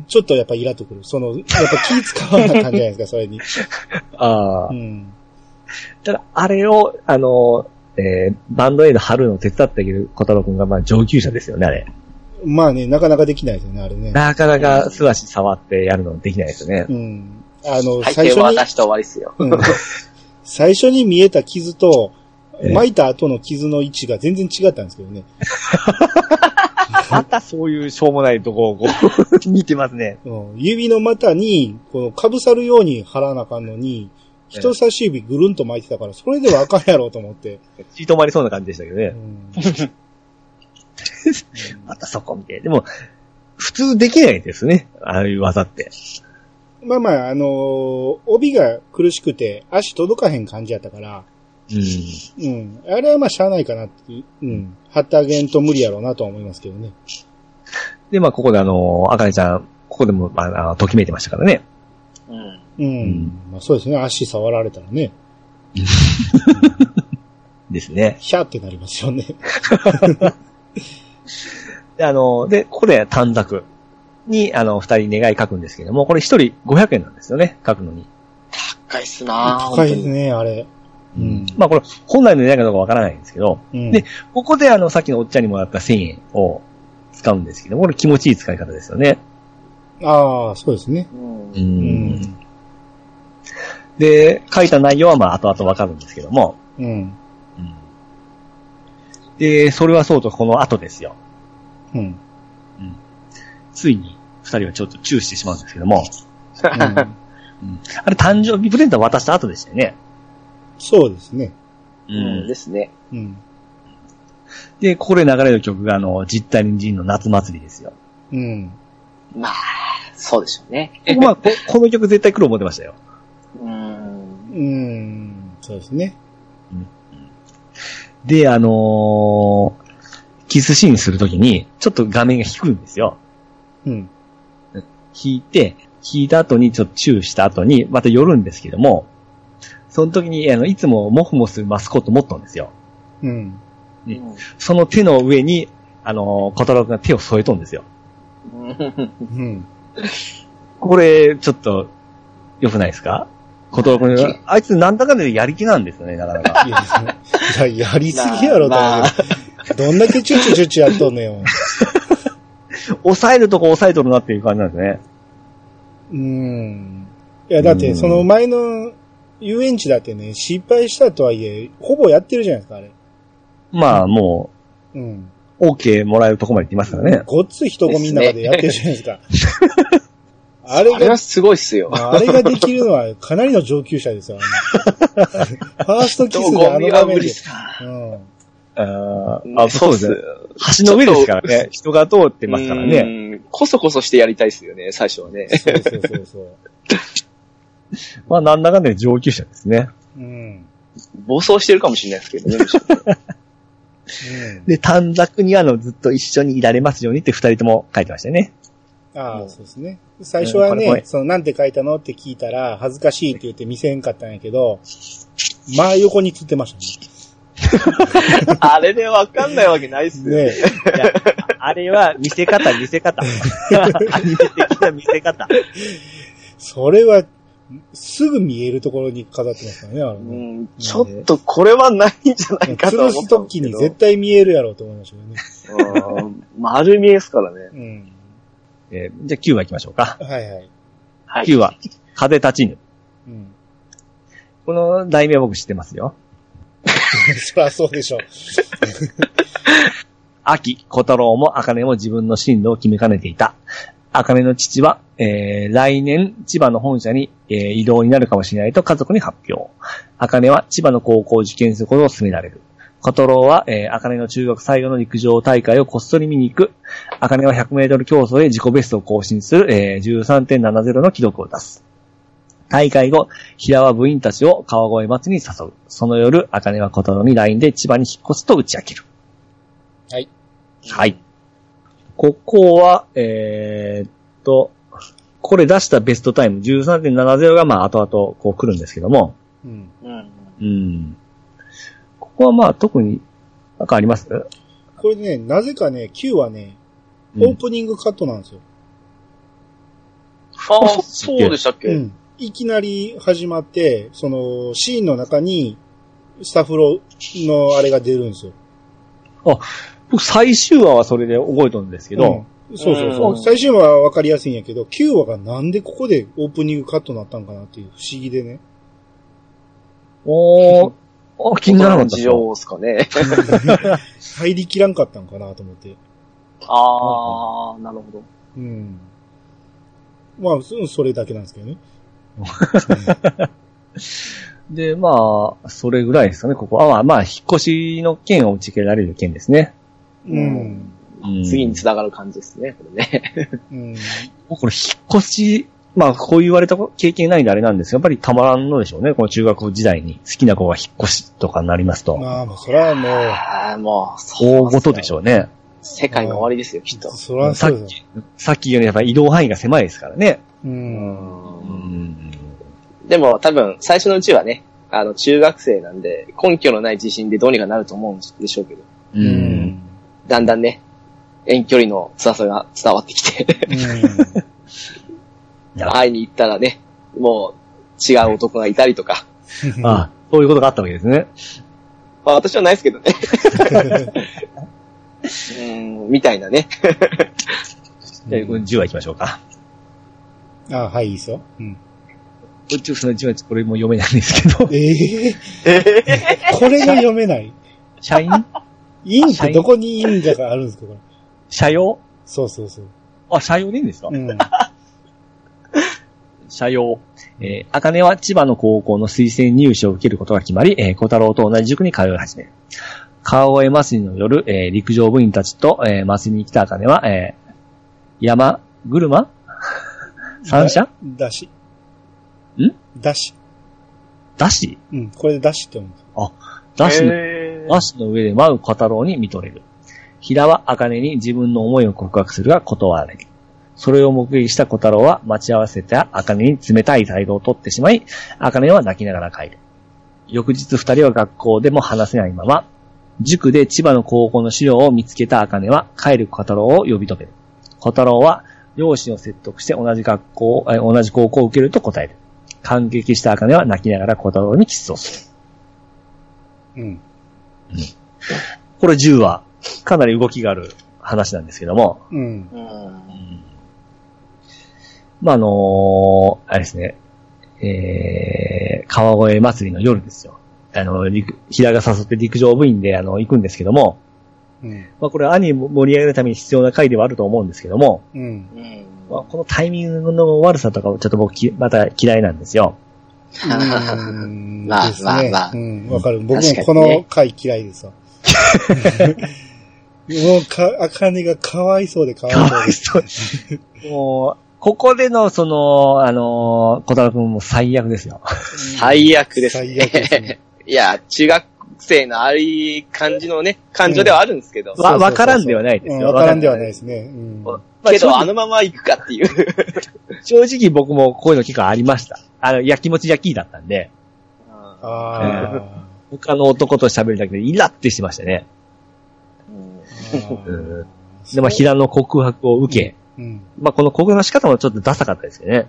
S2: ちょっとやっぱイラっとくる。その、やっぱ気使わなかったんじゃないですか、それに。
S1: ああ。うん。ただ、あれを、あのー、えー、バンドエイド貼るのを手伝ってあげる小太郎くんが、まあ、上級者ですよね、あれ。
S2: まあね、なかなかできないですよね、あれね。
S1: なかなか素足触ってやるのできないですよね。うん。
S3: あの、最初に。渡して終わりですよ。うん、
S2: 最初に見えた傷と、巻いた後の傷の位置が全然違ったんですけどね。
S1: またそういうしょうもないとこをこう見てますね。
S2: うん、指の股に、この被さるように貼らなあかんのに、人差し指ぐるんと巻いてたから、それではあかんやろうと思って。
S1: 血止まりそうな感じでしたけどね。うん、またそこ見て。でも、普通できないですね。ああいう技って。
S2: まあまあ、あのー、帯が苦しくて足届かへん感じやったから、
S1: うん。
S2: うん。あれはまあしゃあないかなって、うん。貼ってあげんと無理やろうなとは思いますけどね。
S1: で、まあ、ここであの、あかねちゃん、ここでも、まあ、ときめいてましたからね。
S3: うん。
S2: うん。
S1: うん、
S2: まあそうですね。足触られたらね。
S1: ですね。
S2: ひゃーってなりますよね。
S1: で、あの、で、ここで短冊に、あの、二人願い書くんですけども、これ一人ごひゃくえんなんですよね、書くのに。
S3: 高いっすなぁ。
S2: 高いですね、あれ。
S1: うん。まあこれ、本来の願いかどうかわからないんですけど、うん、で、ここであの、さっきのおっちゃんにもらったせんえんを使うんですけど、これ気持ちいい使い方ですよね。
S2: ああ、そうですね。
S1: うん。うんで、書いた内容はまあ後々わかるんですけども、うん。うん。で、それはそうとこの後ですよ。うん。うん。ついに二人はちょっとチューしてしまうんですけども、うんうん、あれ誕生日プレゼント渡した後でしたよね。
S2: そうですね。
S3: うん。ですね。うん。
S1: で、ここで流れる曲があの、実体人参の夏祭りですよ。
S2: うん。
S3: まあ、そうでしょうね。
S1: まあこ、この曲絶対来る思ってましたよ。
S2: うーん。うーん。そうですね。うん、
S1: で、あのー、キスシーンするときに、ちょっと画面が引くんですよ。うん。引いて、引いた後にちょっとチューした後に、また寄るんですけども、その時に、あの、いつもモフモフするマスコット持ったんですよ。うん。ね、うん、その手の上に、あのー、小太郎くんが手を添えとんですよ。うん。これ、ちょっと、良くないですか？小太郎くんが、あいつなんだかんだでやり気なんですよね、なかなか。
S2: いや、やりすぎやろ、まあ、どんだけチュチュチュチュやっとんねんよ。
S1: 抑えるとこ抑えとるなっていう感じなんですね。
S2: うーん。いや、だって、その前の遊園地だってね、失敗したとはいえ、ほぼやってるじゃないですか、あれ。
S1: まあ、もう、うん。OK もらえるとこまで行ってますからね。
S2: ごっつい人混みの中でやってるじゃないですか。
S3: あれが、あれはすごいっすよ。
S2: あれができるのはかなりの上級者ですよ。ファーストキスであの場面で。うん。
S1: ああ、そうですね。橋の上ですからね。人が通ってますからね。
S3: こそこそしてやりたいっすよね、最初はね。そうそうそうそう。
S1: まあ、なんだかんだ上級者ですね。うん。
S3: 暴走してるかもしれないですけどね。
S1: うん、で、短冊にあの、ずっと一緒にいられますようにって二人とも書いてましたよね。
S2: ああ、そうですね。最初はね、うん、その、なんて書いたのって聞いたら、恥ずかしいって言って見せんかったんやけど、まあ横に釣ってました
S3: ね。あれでわかんないわけないっすよね。ね
S1: いやあれは見せ方、見せ方。アニメ的な見せ方。
S2: それは、すぐ見えるところに飾ってますからね、あれね。
S3: うん、ちょっとこれはないんじゃないかと思ったんですけど。吊るすと
S2: きに絶対見えるやろうと思いましたよね。
S3: あ丸見えですからね。うん
S1: えー、じゃあきゅうわ行きましょうか。
S2: はいはい。
S1: はい、きゅうわ、風立ちぬ。うん、この題名は僕知ってますよ。
S2: そりゃそうでしょう。
S1: 秋、小太郎も茜も自分の進路を決めかねていた。茜の父は、えー、来年千葉の本社に、えー、異動になるかもしれないと家族に発表。茜は千葉の高校を受験することを勧められる。小太郎は、えー、茜の中学最後の陸上大会をこっそり見に行く。茜はひゃくメートル競争で自己ベストを更新する、えー、じゅうさんてんななぜろ の記録を出す。大会後、平は部員たちを川越祭りに誘う。その夜、茜は小太郎に ライン で千葉に引っ越すと打ち明ける。
S2: はい。
S1: はい。ここは、えー、っと、これ出したベストタイム じゅうさんてんななぜろ がまあ後々こう来るんですけども。うん。うん。ここはまあ特になんかあります？
S2: これね、なぜかね、Q はね、オープニングカットなんですよ。
S3: うん、ああ、そうでしたっけ？うん。
S2: いきなり始まって、その、シーンの中に、スタッフロのあれが出るんですよ。
S1: あ、僕最終話はそれで覚えたんですけど、
S2: うん、そうそうそう。最終話はわかりやすいんやけど、きゅうわがなんでここでオープニングカットになったんかなっていう不思議でね。
S1: おー、あ、気にならなかった。
S3: 事情ですかね。
S2: 入りきらんかったんかなと思って。
S3: あー、なるほど。
S2: うん。まあ、それだけなんですけどね。
S1: で、まあ、それぐらいですかね、ここ。あ、まあ、引っ越しの件を打ち切られる件ですね。
S3: うん。うん、次に繋がる感じですね、これね。
S1: うん、これ、引っ越しまあ、こう言われた経験ないんであれなんですが、やっぱりたまらんのでしょうね。この中学時代に好きな子が引っ越しとかになりますと。
S2: まあ、もうそれはもう。
S3: ああ、もう、そ
S1: 大事でしょうね。
S3: 世界の終わりですよ、きっと。
S2: それはそうですよ。
S1: さっき言うようにやっぱり移動範囲が狭いですからね。
S2: う。
S1: うんん。
S3: でも多分、最初のうちはね、あの、中学生なんで、根拠のない自信でどうにかなると思うんでしょうけど。
S1: うん。
S3: だんだんね、遠距離の辛さが伝わってきて。会いに行ったらね、もう違う男がいたりとか。
S1: ああ、そういうことがあったわけですね。
S3: まあ私はないですけどね。うん、みたいなね。
S1: じゃあ、じゅうは行きましょうか。
S2: あ、はい、いいですよ。うん。
S1: ちょ、そのじゅうはこれも読めないんですけど。
S2: ええー、これが読めない。
S1: 社員
S2: 院ってどこに院だかあるんですか、これ。
S1: 社用
S2: そうそうそう。
S1: あ、社用でいいんですか？うん。社用。えー、あかねは千葉の高校の推薦入試を受けることが決まり、えー、小太郎と同じ塾に通い始める。川越祭りの夜、えー、陸上部員たちと、えー、祭りに来たあかねは、えー、山、車三車
S2: だし。
S1: ん
S2: だし。
S1: だし
S2: うん、これでだしって思う。
S1: あ、だし、だしの上で舞う小太郎に見とれる。平はあかねに自分の思いを告白するが断られる。それを目撃した小太郎は待ち合わせたあかねに冷たい態度をとってしまい、あかねは泣きながら帰る。翌日二人は学校でも話せないまま、塾で千葉の高校の資料を見つけたあかねは帰る小太郎を呼び止める。小太郎は両親を説得して同じ学校、え同じ高校を受けると答える。感激したあかねは泣きながら小太郎にキスをする。うん。うん。これじゅうはかなり動きがある話なんですけども。うん。うんまあ、あのー、あれですね、えー、川越祭りの夜ですよ。あの、陸、平が誘って陸上部員で、あの、行くんですけども、うん、まあ、これは兄を盛り上げるために必要な回ではあると思うんですけども、うんまあ、このタイミングの悪さとかをちょっと僕き、また嫌いなんですよ。
S2: うん。まあ、まあ、まあ。うん、わかる。僕もこの回嫌いですわ。もう、か、あかねがかわいそうでかわいそうで。かわいそう。
S1: もう、ここでの、その、あのー、小太郎くんも最悪ですよ。
S3: 最悪ですね。最悪ですね。いや、中学生のああいう感じのね、感情ではあるんですけど。
S1: わ、わからんではないですよ。
S2: わからんではないですね。うん、
S3: まあ、けど、あのまま行くかっていう。
S1: 正直僕もこういうの結構ありました。あの、やきもち焼きだったんで。ああ。他の男と喋るだけでイラってしてましたね。うん、で、まあ、平の告白を受け、うん、まあ、この告白の仕方もちょっとダサかったですよね。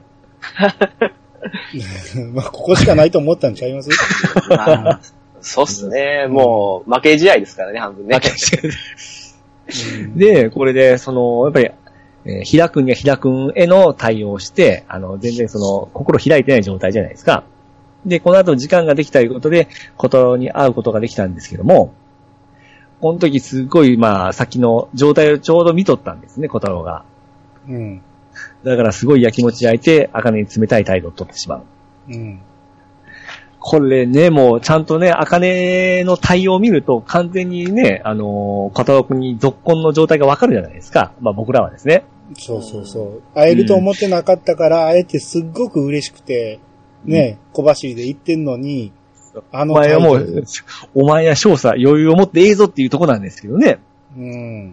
S2: まあ、ここしかないと思ったんちゃいます
S3: あそうっすね。もう、負け試合ですからね、半分ね。負け試
S1: 合で、これで、その、やっぱり、えー、平くんには平くんへの対応をして、あの、全然その、心開いてない状態じゃないですか。で、この後時間ができたということで、小太郎に会うことができたんですけども、この時すごい、まあ、先の状態をちょうど見とったんですね、小太郎が。うん。だからすごい焼きもち焼いて、あかねに冷たい態度を取ってしまう。うん。これね、もうちゃんとね、あかねの対応を見ると、完全にね、あのー、小太郎くんに続婚の状態がわかるじゃないですか。まあ僕らはですね。
S2: そうそうそう。会えると思ってなかったから、会えてすっごく嬉しくて、ね、うん、小走りで行ってんのに、
S1: あのお前はもう、お前は少佐、余裕を持ってええぞっていうとこなんですけどね。うん。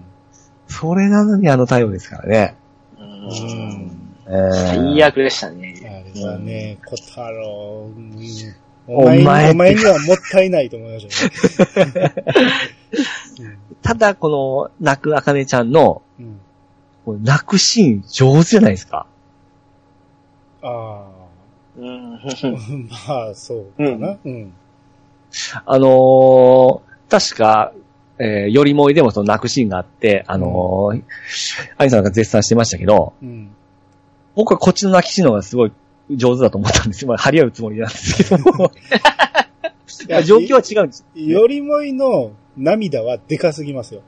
S1: それなのにあの対応ですからね。うん。
S3: えー、最悪でしたね。
S2: あれはね、小太郎、うん、お前に、お前、お前にはもったいないと思いましたね。
S1: ただ、この、泣くあかねちゃんの、うん、泣くシーン上手じゃないですか。
S2: ああ。うん、まあ、そうかな。うん。うん、
S1: あのー、確か、えー、よりもいでもその泣くシーンがあって、あのー、アニさんが絶賛してましたけど、うん、僕はこっちの泣きシーンの方がすごい上手だと思ったんですよ。まあ、張り合うつもりなんですけども。状況は違うんです。
S2: よりもいの涙はでかすぎますよ。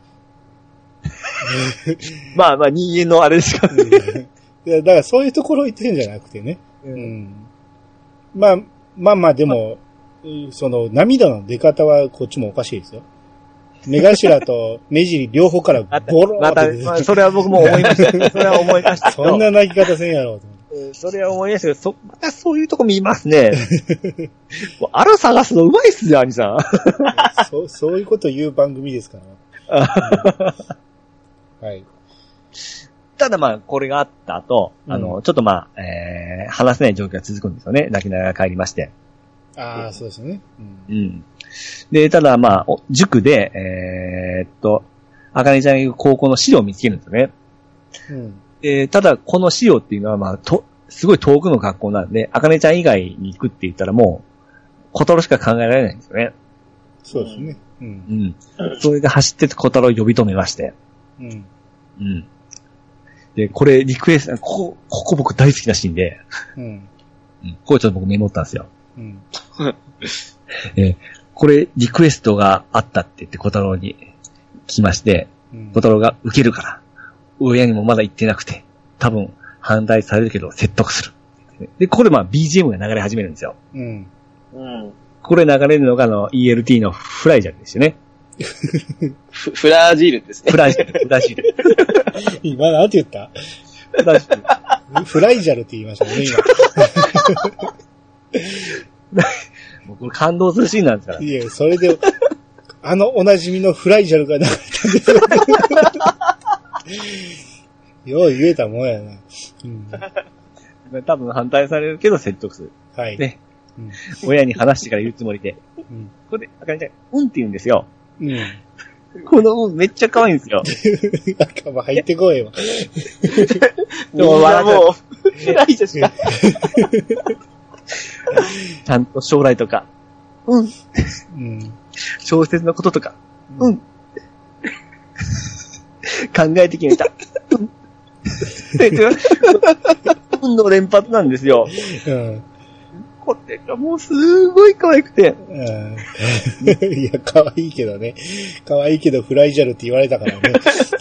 S1: まあまあ、人間のあれですから、ね。
S2: だからそういうところ言ってるんじゃなくてね。うん、まあ、まあまあでも、その涙の出方はこっちもおかしいですよ。目頭と目尻両方からボローって出て、
S1: また、まあ、それは僕も思いました。それは思いました。
S2: そんな泣き方せんやろうと。
S1: それは思いましたけど、そ、またそういうとこ見ますね。あら探すの上手いっすよ、兄さん。
S2: そう、そういうこと言う番組ですから。はい。
S1: ただまあ、これがあった後、うん、あの、ちょっとまあ、えー、話せない状況が続くんですよね。泣きながら帰りまして。
S2: ああ、そうですね。
S1: うん。うん。で、ただまあ、塾で、えー、っと、あかねちゃんが行く高校の資料を見つけるんですよね。うん。で、ただ、この資料っていうのはまあ、と、すごい遠くの学校なんで、あかねちゃん以外に行くって言ったらもう、小太郎しか考えられないんですよね。
S2: そうですね。うん。
S1: うん。それで走って小太郎を呼び止めまして。うん。うん。で、これ、リクエスト、ここ、ここ僕大好きなシーンで、うん。うん。これちょっと僕メモったんですよ。うん。えー、これ、リクエストがあったって言って小太郎に来まして、うん、小太郎が受けるから、親にもまだ言ってなくて、多分反対されるけど説得する。で、ここでまあ ビージーエム が流れ始めるんですよ。うん。うん。これ流れるのがあの イーエルティー のフライジャルですよね。
S3: フ, フラジールですね。
S1: フラジール、フラジール。
S2: 今なんて言った？フラジール。フライジャルって言いましたね、
S1: 今。もうこれ感動するシーンなんですから。
S2: いや、それで、あのおなじみのフライジャルが流れたんですよ。よう言えたもんやな。うん、
S1: 多分反対されるけど説得する。
S2: はい。
S1: で、うん、親に話してから言うつもりで。うん、これで、あかねちゃん、うんって言うんですよ。うん。このうんめっちゃ可愛いんですよ。
S2: 赤も入ってこいよ。
S3: でも、笑もう、フライジャルしか。
S1: ちゃんと将来とか、うん。うん、小説のこととか、うん。考えて決めた。うん。うんの連発なんですよ。うん。これがもうすごい可愛くて。うん、
S2: いや、可愛いけどね。可愛いけどフライジャルって言われたからね。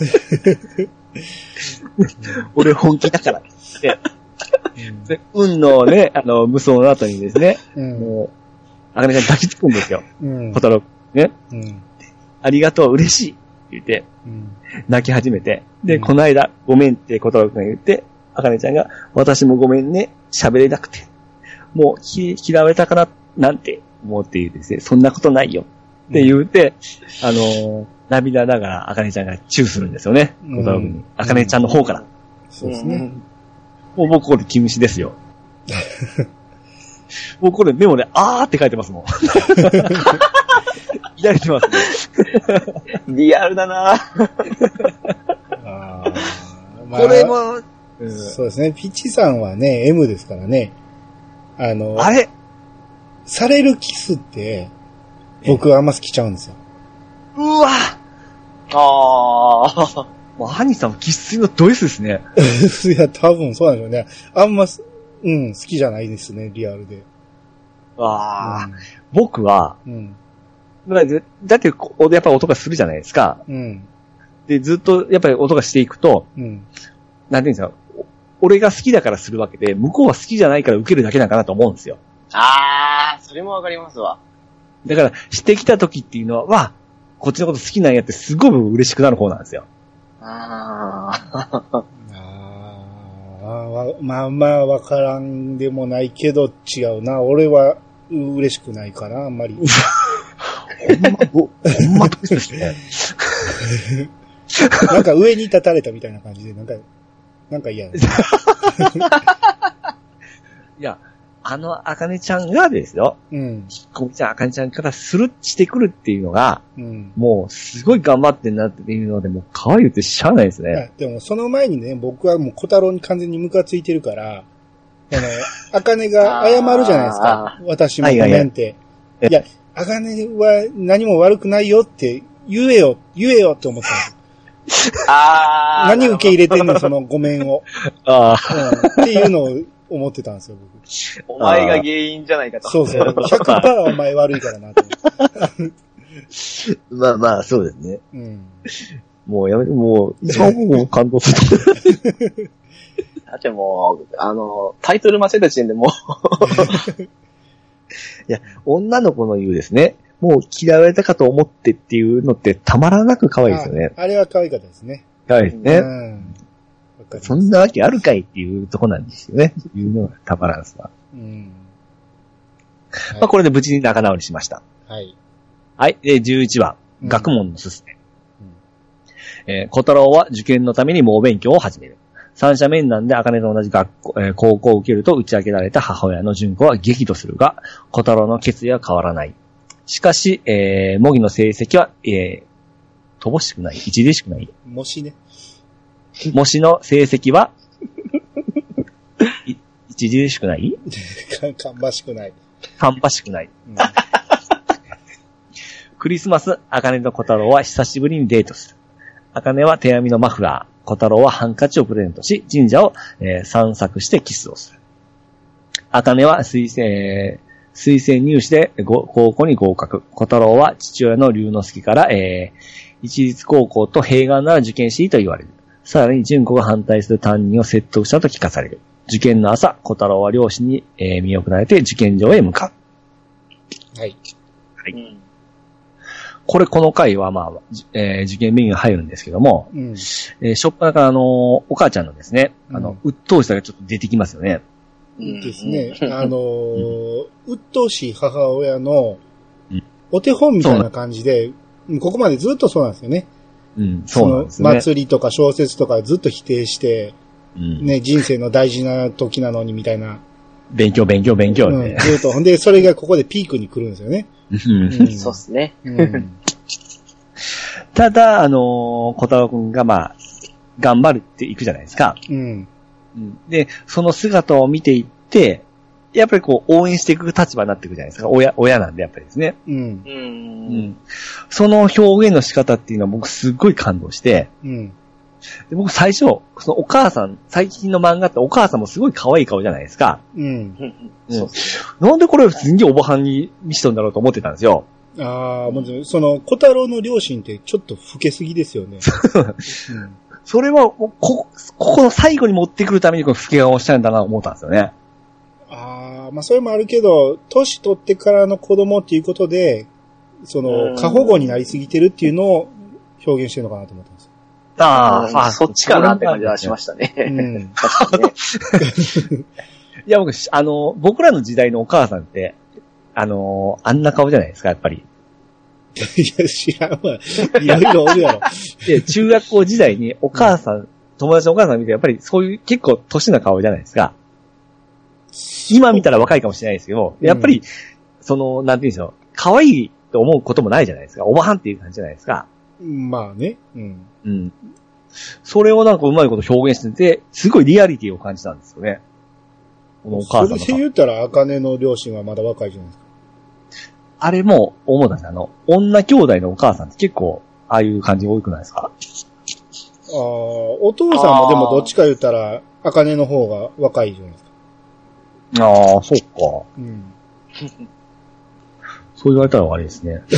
S1: 俺本気だからって。うん、運のね、あの、無双の後にですね、うん、もう、あかねちゃん抱きつくんですよ。うん。小太郎、ね、うん。ありがとう、嬉しいって言って、うん、泣き始めて、で、うん、この間、ごめんって小太郎くんが言って、あかねちゃんが、私もごめんね、喋れなくて、もう、き、嫌われたから、なんて思っているですね、そんなことないよって言って、うん、あのー、涙ながらあかねちゃんがチューするんですよね、小太郎くんに。あかねちゃんの方から。
S2: そうですね。うん
S1: もう僕これ気虫ですよ。僕これメモであーって書いてますもん。抱いてますね。
S3: リアルだな
S2: あ、まあ、
S1: これも、
S2: うん、そうですね。ピッチさんはね、エム ですからね。あの、
S1: あれ
S2: されるキスって、僕はあんま好きちゃうんですよ。
S1: うわあー。もう、ハニーさんは生粋のド S ですね。
S2: いや、多分そうなんでしょうね。あんま、うん、好きじゃないですね、リアルで。
S1: ああ、うん、僕は、うん、だって、だってやっぱり音がするじゃないですか。うん、で、ずっとやっぱり音がしていくと、うん、なんていうんですか、俺が好きだからするわけで、向こうは好きじゃないから受けるだけなんかなと思うんですよ。
S3: ああ、それもわかりますわ。
S1: だから、してきた時っていうのは、わ、こっちのこと好きなんやってすごく嬉しくなる方なんですよ。あ
S2: あ。あまあまあわからんでもないけど違うな。俺は嬉しくないかな、あんまり。
S1: ほんま、ほんまですね。
S2: なんか上に立たれたみたいな感じで、なんか、なんか嫌だ。
S1: いや、あの、あかねちゃんがですよ。うん。引っ込みちゃん、あかねちゃんからする、してくるっていうのが、うん。もう、すごい頑張ってんなっていうので、もう、可愛いってしゃあないですね。
S2: でも、その前にね、僕はもう、小太郎に完全にムカついてるから、あの、あかねが謝るじゃないですか。私もごめんって。はいはいはい、いや、あかねは何も悪くないよって言えよ、言えよって思ったんですよ。ああ。何受け入れてんの、そのごめんを。ああ、うん。っていうのを、思ってたんですよ、
S3: 僕。お前が原因じゃないかと。
S2: そうそう。ひゃくパーセント お前悪いからなと。
S1: まあまあ、そうですね。うん。もうやめて、もう、一番もう感動する。
S3: だってもう、あの、タイトル間違えた時点でもう。
S1: いや、女の子の言うですね、もう嫌われたかと思ってっていうのってたまらなく可愛いですよね。
S2: あ, あれは可愛かったですね。
S1: 可愛いですね。うん。
S2: わ
S1: そんなわけあるかいっていうとこなんですよね。いうのがタバランスは。
S2: うん。
S1: はい、まあこれで無事に仲直りしました。
S2: はい。
S1: はい。で、じゅういちわ、うん、学問のすすめ。うん、えー、小太郎は受験のために猛勉強を始める。三者面談で茜と同じ学校、えー、高校を受けると打ち明けられた母親の純子は激怒するが、小太郎の決意は変わらない。しかし、えー、模擬の成績は、えー、乏しくない。著しくない。
S2: 模試ね。
S1: 模試の成績は、著しくない
S2: 芳しくない。
S1: 芳しくない。うん、クリスマス、茜と小太郎は久しぶりにデートする。茜は手編みのマフラー。小太郎はハンカチをプレゼントし、神社を、えー、散策してキスをする。茜は推薦、えー、推薦入試で高校に合格。小太郎は父親の龍之介から、えー、一律高校と併願なら受験していいと言われる。さらに純子が反対する担任を説得したと聞かされる。受験の朝、小太郎は両親に、えー、見送られて受験場へ向かう。
S2: はい。
S1: はい。うんこれ、この回は、まあ、えー、受験勉強が入るんですけども、うん、えー、しょっぱなから、あのー、お母ちゃんのですね、あの、うん、鬱陶しさがちょっと出てきますよね。
S2: ですね。あのー、鬱陶しい母親の、お手本みたいな感じで、うん、ここまでずっとそうなんですよね。
S1: うん、そうなんですね。
S2: その祭りとか小説とかずっと否定して、うん、ね、人生の大事な時なのにみたいな。
S1: 勉強、勉強、勉強ね。
S2: うん、ずっと。ほんで、それがここでピークに来るんですよね。
S3: うん、そうですね。うん、
S1: ただ、あのー、小太郎くんがまあ、頑張るっていくじゃないですか。うん。で、その姿を見ていって、やっぱりこう、応援していく立場になっていくじゃないですか。親、親なんでやっぱりですね。うん。うん。その表現の仕方っていうのは僕すっごい感動して、うん。で僕最初、そのお母さん、最近の漫画ってお母さんもすごい可愛い顔じゃないですか。うん。うん、なんでこれすんげえおばはんに見せたんだろうと思ってたんですよ。
S2: ああ、もうその、小太郎の両親ってちょっと老けすぎですよね。うん、
S1: それは、こ、ここの最後に持ってくるためにこの老け顔をしたんだなと思ったんですよね。
S2: ああ、まあそれもあるけど、年取ってからの子供っていうことで、その、過保護になりすぎてるっていうのを表現してるのかなと思ったんです。
S3: ああ、あそっちかなって感じはしましたね。うん、確かにね。
S1: いや、僕、あの、僕らの時代のお母さんって、あの、あんな顔じゃないですか、やっぱり。
S2: いや、知らんわ。いろいろおるやろ。
S1: で、中学校時代にお母さん、うん、友達のお母さん見て、やっぱりそういう結構年な顔じゃないですか。今見たら若いかもしれないですけど、やっぱり、うん、その、なんていうんでしょう、可愛いと思うこともないじゃないですか。おばはんっていう感じじゃないですか。
S2: まあね。うん。
S1: うん。それをなんかうまいこと表現してて、すごいリアリティを感じたんですよね。このお母さんの。
S2: それで言ったら、茜の両親はまだ若いじゃないですか。
S1: あれも、思ったんです。あの、女兄弟のお母さんって結構、ああいう感じ多くないですか？
S2: ああ、お父さんもでもどっちか言ったら、茜の方が若いじゃないです
S1: か。ああ、そうか。うん。そう言われたら悪いですね。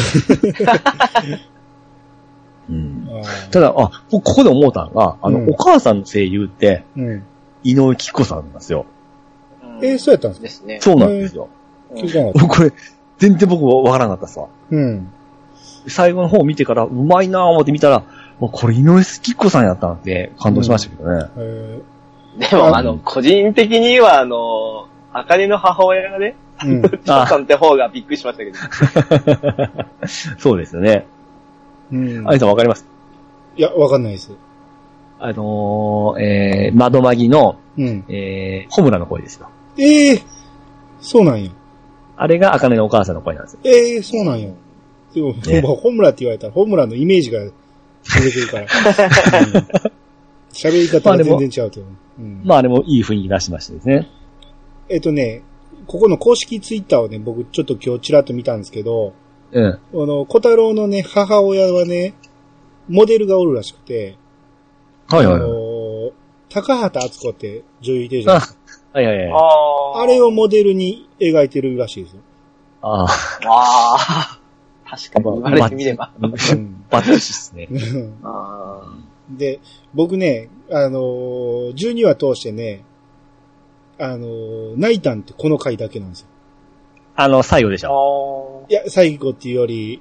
S1: うん、ただ、あ、ここで思ったのが、あの、うん、お母さんの声優って、うん、井上貴子さんなんですよ。
S2: えー、そうやったんです
S1: ね。そうなんですよ。えー、これ、全然僕わからなかったっすわ。うん。最後の方を見てから、うまいなぁ思って見たら、これ井上貴子さんやったなって感動しましたけどね。うん、
S3: えー、でも、あの、個人的には、あの、あかりの母親がね、うん、貴子さんって方がびっくりしましたけど。
S1: そうですよね。うん。あいさんわかります？
S2: いや、わかんないです。
S1: あのー、えー、窓マギの、うん、えー、ホムラの声ですよ。
S2: ええー、そうなんや。
S1: あれが茜のお母さんの声なんですよ。
S2: ええー、そうなんや。でも、ね、ホムラって言われたら、ホムラのイメージが出てくるから。喋、うん、り方が全然違うけど、
S1: うん。まあ、あれもいい雰囲気出しましたですね。
S2: えっとね、ここの公式ツイッターをね、僕ちょっと今日ちらっと見たんですけど、うん。あの、小太郎のね、母親はね、モデルがおるらしくて、
S1: はいはいはい。あ
S2: の、高畑敦子って女優いてるじゃないですか。
S1: はいはいはい。
S2: ああれをモデルに描いてるらしいですよ。
S3: ああ。ああ。確かに言われてみれば。
S1: バッチシですね。
S2: あで、僕ね、あの、じゅうにわ通してね、あの、泣いたんってこの回だけなんですよ。
S1: あの、最後でしょ。
S2: いや、最後っていうより、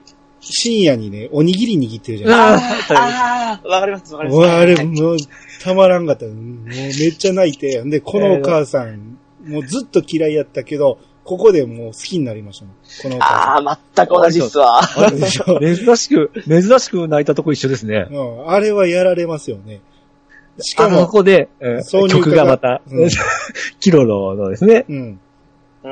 S2: 深夜にね、おにぎり握ってるじゃないですか。
S3: ああ、わかります、わかります。
S2: うわ、あれ、もう、たまらんかった。もうめっちゃ泣いて。で、このお母さん、もうずっと嫌いやったけど、ここでもう好きになりましたもん。このお母さん。
S3: ああ、全く同じっすわ。
S1: 珍しく、珍しく泣いたとこ一緒ですね。
S2: うん、あれはやられますよね。
S1: しかも、ここで、えー、曲がまた、うん、キロロのですね。
S2: うん。
S3: うん。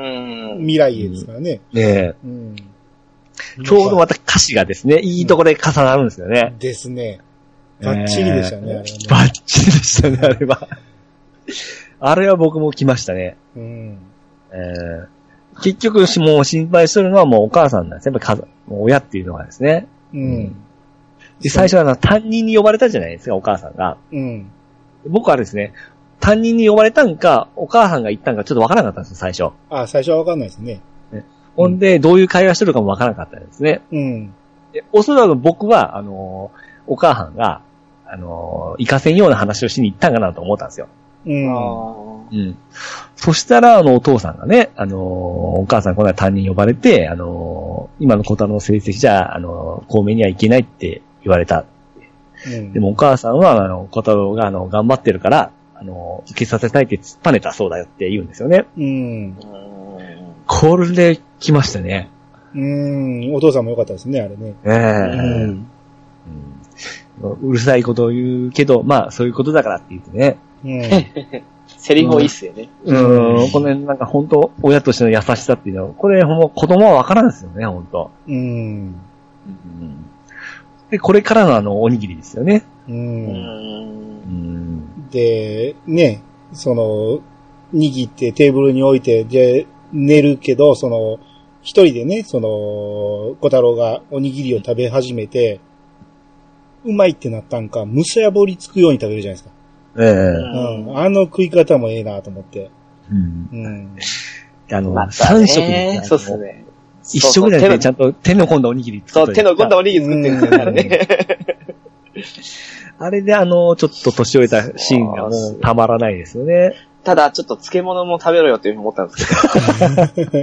S2: 未来へですからね。
S1: うん、ねえ。うん。ちょうどまた歌詞がですね、いいところで重なるんですよね。
S2: ですね。バッチリでしたね、えー、あれはね。
S1: バッチリでしたね、あれは。あれは僕も来ましたね。うん。えー、結局、もう心配するのはもうお母さんなんです。やっぱり親っていうのがですね。うん。で、最初はあの担任に呼ばれたじゃないですか、お母さんが。うん。僕はですね、担任に呼ばれたんか、お母さんが言ったんかちょっとわからなかったんですよ、最初。
S2: ああ、最初はわかんないですね。
S1: ね、ほんで、どういう会話してるかもわからなかったんですね。うん。で、おそらく僕は、あのー、お母さんが、あのー、行かせんような話をしに行ったんかなと思ったんですよ。うん。うん。そしたら、あの、お父さんがね、あのー、お母さんこの間担任呼ばれて、あのー、今の小太郎の成績じゃ、あのー、公明にはいけないって言われた。うん、でもお母さんは、あの、小太郎が、あの、頑張ってるから、あの、受けさせたいって突っぱねたそうだよって言うんですよね。うん。これで来ましたね。
S2: うん。お父さんも良かったですね、あれね。ええー
S1: うんうん。うるさいことを言うけど、まあ、そういうことだからって言ってね。うん。
S3: セリフもいいっすよね。
S1: うん。うんこのなんか本当親としての優しさっていうのは、これもう子供はわからんですよね、本当うん。うんで、これからのあの、おにぎりですよね。うん。
S2: うんで、ね、その、握ってテーブルに置いて、で、寝るけど、その、一人でね、その、小太郎がおにぎりを食べ始めて、うまいってなったんか、むさやぼりつくように食べるじゃないですか。ええー、うん。あの食い方もええなと思って。うん。うん。
S1: あの、三、食で。
S3: そうっすね。
S1: 一食でね、ちゃんと手の込んだおにぎり
S3: 作ってそう、手の込んだおにぎり作ってるんですよね。
S1: あれであの、ちょっと年老いたシーンがもうたまらないですよね。
S3: ただ、ちょっと漬物も食べろよっていうふうに思ったんですけど。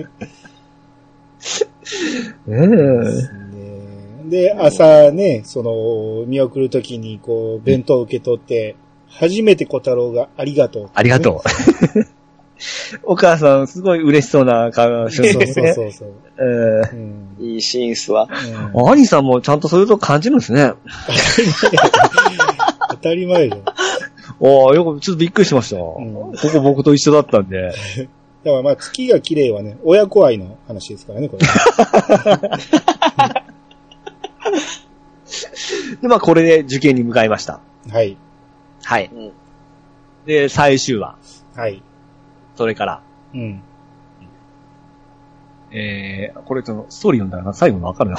S2: ねで、朝ね、その、見送るときにこう、弁当を受け取って、初めて小太郎がありがとう、ね。
S1: ありがとう。お母さん、すごい嬉しそうな顔をしてますね。そうそうそう。
S3: えーうん、いいシーンっすわ。
S1: うん、兄さんもちゃんとそういうとこ感じるんですね。
S2: 当たり前じゃん。
S1: おー、よく、ちょっとびっくりしました。うん、ここ僕と一緒だったんで。だ
S2: からまあ、月が綺麗はね、親子愛の話ですからね、これ。
S1: で、まあ、これで受験に向かいました。
S2: はい。
S1: はい。うん、で、最終話。
S2: はい。
S1: それから。うん。えー、これちょっとストーリー読んだら最後のわかるな。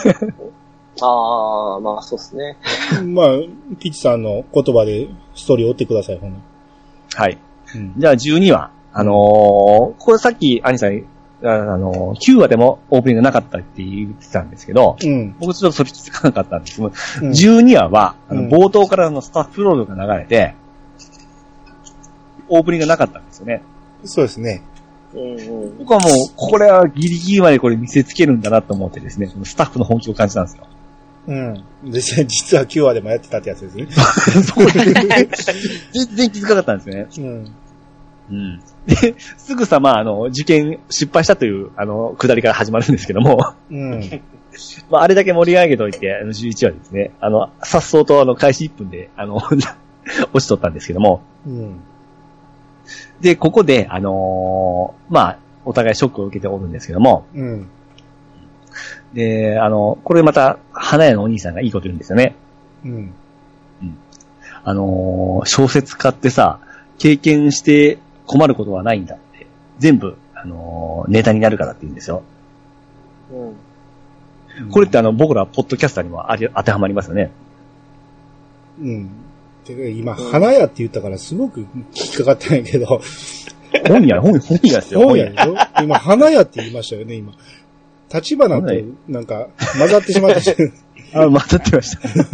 S3: ああ、まあそうですね。
S2: まあ、ピッチさんの言葉でストーリーを追ってください、ほんの。
S1: はい。うん、じゃあじゅうにわ。あのー、これさっき、アニさん、あのー、きゅうわでもオープニングなかったって言ってたんですけど、うん、僕ちょっとそれ気づかなかったんですけど、うん、じゅうにわは、あの冒頭からのスタッフロードが流れて、オープニングがなかったんですよね。
S2: そうですね。
S1: 僕はもう、これはギリギリまでこれ見せつけるんだなと思ってですね、スタッフの本気を感じたんですよ。
S2: うん。実はきゅうわでもやってたってやつですね。
S1: そうですね。全然気づかなかったんですね。うん。うん。で、すぐさま、あの、受験失敗したという、あの、下りから始まるんですけども。うん。まあ、あれだけ盛り上げといて、あの、じゅういちわですね。あの、さっそうと、あの、開始いっぷんで、あの、落ちとったんですけども。うん。で、ここで、あのー、まあ、お互いショックを受けておるんですけども。うん。で、あの、これまた、花屋のお兄さんがいいこと言うんですよね。うん。うん。あのー、小説家ってさ、経験して困ることはないんだって。全部、あのー、ネタになるからって言うんですよ。うん。これってあの、僕らポッドキャスターにもあり当てはまりますよね。
S2: うん。て今、花屋って言ったからすごく引っかかったんやけど。
S1: 本屋、本、本屋ですよ。
S2: 本屋でしょ今、花屋って言いましたよね、今。立花となんか混ざってしまったし。
S1: あ、混ざってました。
S3: うん、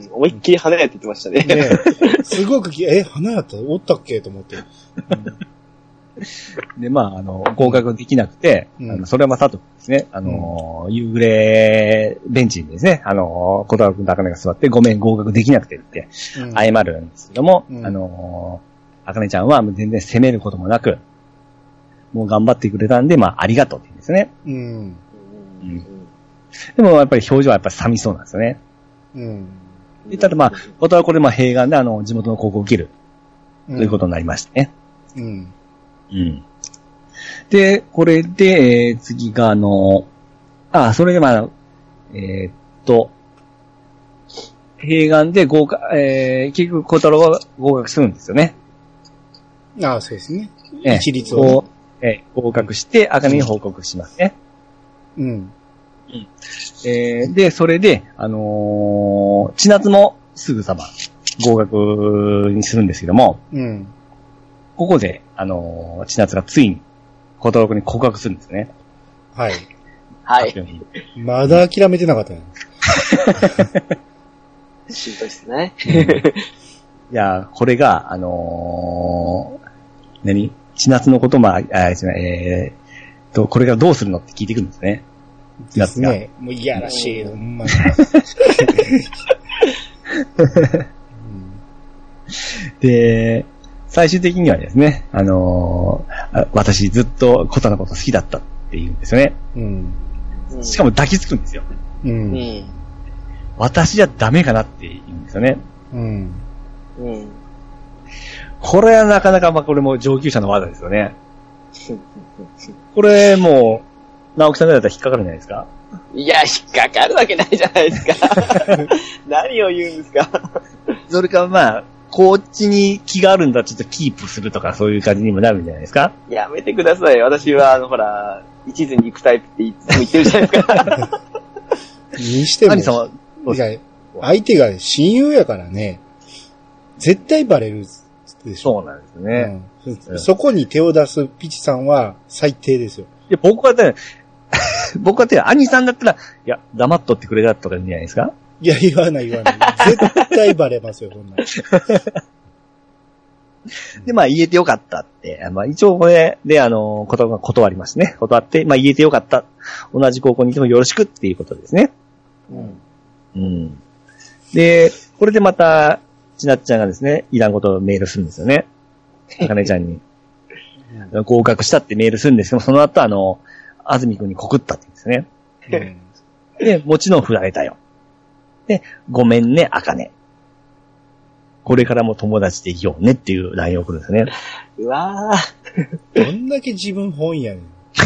S3: 思いっきり花屋って言ってましたね。
S2: ねすごく、え、花屋っておったっけと思って。
S1: で、まあ、あの、合格できなくて、うん、あのそれはまさとですね、あの、うん、夕暮れベンチにですね、あの、小太郎くんと茜が座って、ごめん、合格できなくてって、謝るんですけども、うん、あの、茜ちゃんは全然責めることもなく、もう頑張ってくれたんで、まあ、ありがとうって言うんですね。うん。うん、でも、やっぱり表情はやっぱり寂しそうなんですよね。うん。で、ただまあ、小太郎はこれ、まあ、併願で、あの、地元の高校を受ける、ということになりましたね。うん。うん。で、これで、えー、次が、あの、あ、それでまあ、えー、っと、併願で合格、えー、結局小太郎は合格するんですよね。
S2: ああ、そうですね。
S1: えー、一律を、えー。合格して、茜に報告しますね。うん。うん。えー、で、それで、あのー、千夏もすぐさま合格にするんですけども、うん。ここで、あのー、千夏がついに、小太郎くんに告白するんですね。
S2: はい。
S3: はい。
S2: まだ諦めてなかったね。
S3: しんどいっすね。
S1: うん、いや、これが、あのー、何千夏のことも、あ、あ、えー、と、これからどうするのって聞いてくるんですね。
S2: ですね。もういやらしいの、ほんまに。
S1: で、最終的にはですね、あのー、私ずっとコタのこと好きだったって言うんですよね。うん、しかも抱きつくんですよ。うん、私じゃダメかなって言うんですよね。うんうん、これはなかなか、まあ、これも上級者の技ですよね。これもう、直樹さんだったら引っかかるんじゃないですか？
S3: いや、引っかかるわけないじゃないですか。何を言うんですか？
S1: それかまあ、こっちに気があるんだ、ちょっとキープするとかそういう感じにもなるんじゃないですか？
S3: やめてください。私は、あの、ほら、一途に行くタイプっていつも言ってるじゃないですか。
S2: にしても、いや、相手が親友やからね、絶対バレるでしょ。
S1: そうなんですね、
S2: うん。そこに手を出すピチさんは最低ですよ。
S1: いや、僕はね、僕はね、兄さんだったら、いや、黙っとってくれたとか言うんじゃないですか？
S2: いや、言わない言わない。絶対バレますよ、こんな。
S1: で、まあ、言えてよかったって。まあ、一応これで、あの、ことが断りますね。断って、まあ、言えてよかった。同じ高校にいてもよろしくっていうことですね。うん。うん。で、これでまた、ちなっちゃんがですね、いらんことをメールするんですよね。あかねちゃんに。合格したってメールするんですけど、その後、あの、あずみくんに告ったって言うんですね。うん、で、もちろん振られたよ。で、ごめんね、あかね。これからも友達でいようねっていう ライン を送るんですね。
S3: うわ
S2: ぁ。どんだけ自分本やねん。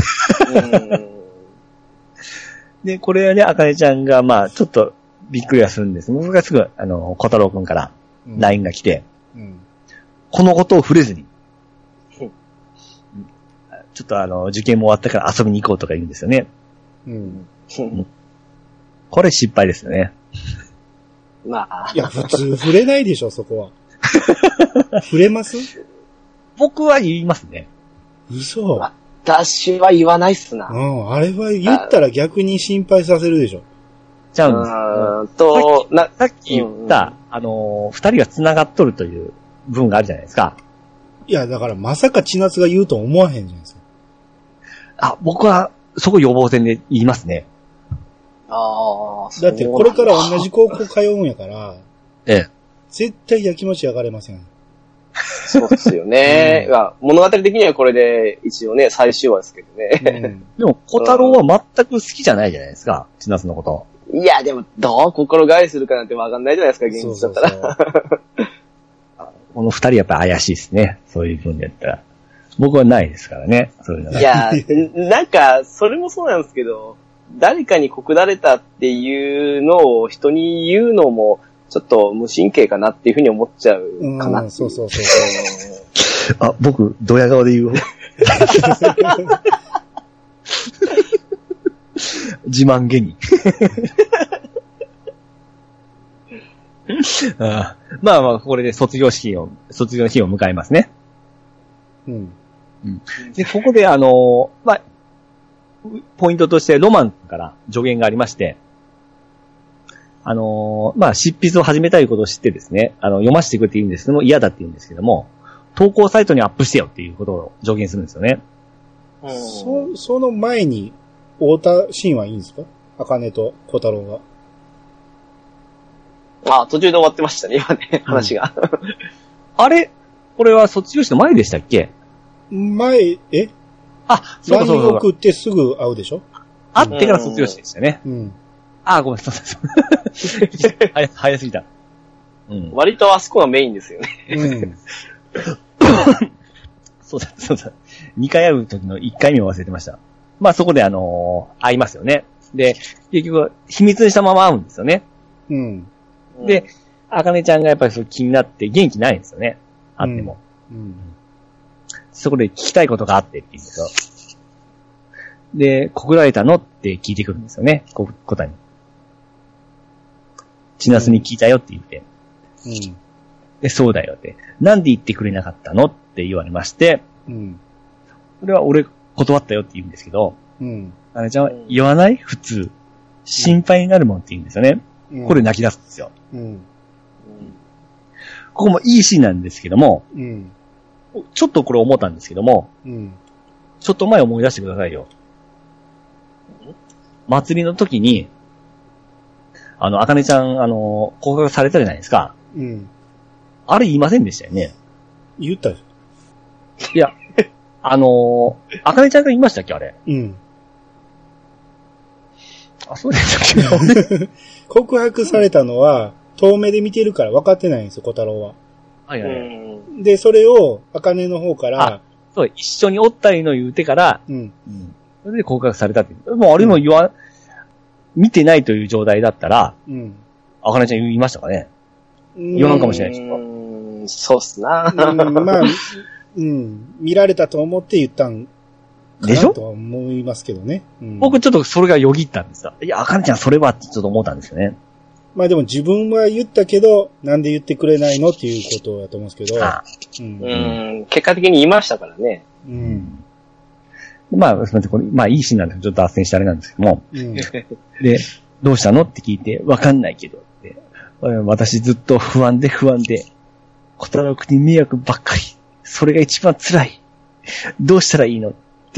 S1: で、これはね、あかねちゃんが、まあ、ちょっとびっくりはするんです。僕がすぐ、あの、小太郎くんから ライン が来て、うんうん、このことを触れずに、うん、ちょっとあの、受験も終わったから遊びに行こうとか言うんですよね。うん、これ失敗ですよね。
S3: まあ。
S2: いや、普通触れないでしょ、そこは。触れます？
S1: 僕は言いますね。
S2: 嘘。
S3: 私は言わないっすな。
S2: うん、あれは言ったら逆に心配させるでしょ。
S1: ちゃうんです。と、な、さっき言った、うん、あの、二人が繋がっとるという部分があるじゃないですか。
S2: いや、だからまさか千夏が言うと思わへんじゃないですか。
S1: あ、僕は、そこ予防線で言いますね。
S3: ああ、
S2: だってこれから同じ高校通うんやから、
S1: ええ。
S2: 絶対やきもち焼かれません。
S3: そうですよね。うん、物語的にはこれで一応ね、最終話ですけどね。
S1: うん、でも、小太郎は全く好きじゃないじゃないですか、千夏のこと。
S3: いや、でも、どう心返するかなんてわかんないじゃないですか、現実だったら。そうそう
S1: そうこの二人やっぱ怪しいですね、そういう分でやったら。僕はないですからね、そういうのが。
S3: いや、なんか、それもそうなんですけど、誰かに告られたっていうのを人に言うのも、ちょっと無神経かなっていうふうに思っちゃうかな。
S2: うん、そうそうそう。
S1: あ、僕、ドヤ顔で言う。自慢げに。あまあまあ、これで卒業式を、卒業の日を迎えますね。うん。うん、で、ここであの、まあ、ポイントとしてロマンから助言がありまして、あのー、まあ、執筆を始めたいことを知ってですね、あの、読ませてくれって言うんですけども、嫌だって言うんですけども、 投稿サイトにアップしてよっていうことを条件するんですよね。
S3: うん、
S2: そ、その前に、会ったシーンはいいんですか？茜と小太郎
S3: が。あ、途中で終わってましたね、今ね、話が。うん、
S1: あれこれは卒業式の前でしたっけ？
S2: 前、え
S1: あ、そうかそうかそうか。
S2: 送ってすぐ会うでしょ？
S1: 会ってから卒業式でしたね。
S2: うん。
S1: あ、ごめん、そうそうそう。早、早すぎた。
S3: うん。割とあそこがメインですよね。うん。
S1: そうだ、そうだ。にかい会う時のいっかいめを忘れてました。まあそこであのー、会いますよね。で、結局、秘密にしたまま会うんですよね。
S2: うん。
S1: で、あかねちゃんがやっぱりそう気になって元気ないんですよね。会っても。うん。うん、そこで聞きたいことがあってって言うんですよ。で、告られたのって聞いてくるんですよね。こ、こたに。千夏に聞いたよって言って。うん。で、そうだよって。なんで言ってくれなかったのって言われまして。うん。それは俺断ったよって言うんですけど。うん。あれちゃんは言わない普通。心配になるもんって言うんですよね。うん。これ泣き出すんですよ。うん。ここもいいシーンなんですけども。うん。ちょっとこれ思ったんですけども。うん。ちょっと前思い出してくださいよ。祭りの時に、あの、あかねちゃん、あの、告白されたじゃないですか。うん。あれ言いませんでしたよね。
S2: 言ったよ。
S1: いや、あの、あかねちゃんが言いましたっけあれ。うん。あ、そうでしたっけ
S2: 告白されたのは、遠目で見てるから分かってないんですよ、小太郎は。
S1: はいはいはい。
S2: で、それを、あかねの方から、
S1: そう、一緒におったりの言うてから、うん。うんそれで告白されたって。もうあれも言わ、うん、見てないという状態だったら、うん。あかねちゃん言いましたかね言わんかもしれないですよ。
S3: うん、そうっすな。
S2: うん、まあ、うん、見られたと思って言ったんかなとは思いますけどね。
S1: うん、僕ちょっとそれがよぎったんですよ。いや、あかねちゃんそれはってちょっと思ったんですよね。
S2: まあでも自分は言ったけど、なんで言ってくれないのっていうことだと思うんですけど。ああ
S3: うん、うん、結果的に言いましたからね。うん。
S1: まあ、すみません、これ、まあいいシーンなんでちょっと脱線してあれなんですけども。うん、で、どうしたのって聞いて、わかんないけどって。私ずっと不安で不安で、小太郎くんに迷惑ばっかり。それが一番辛い。どうしたらいいのって、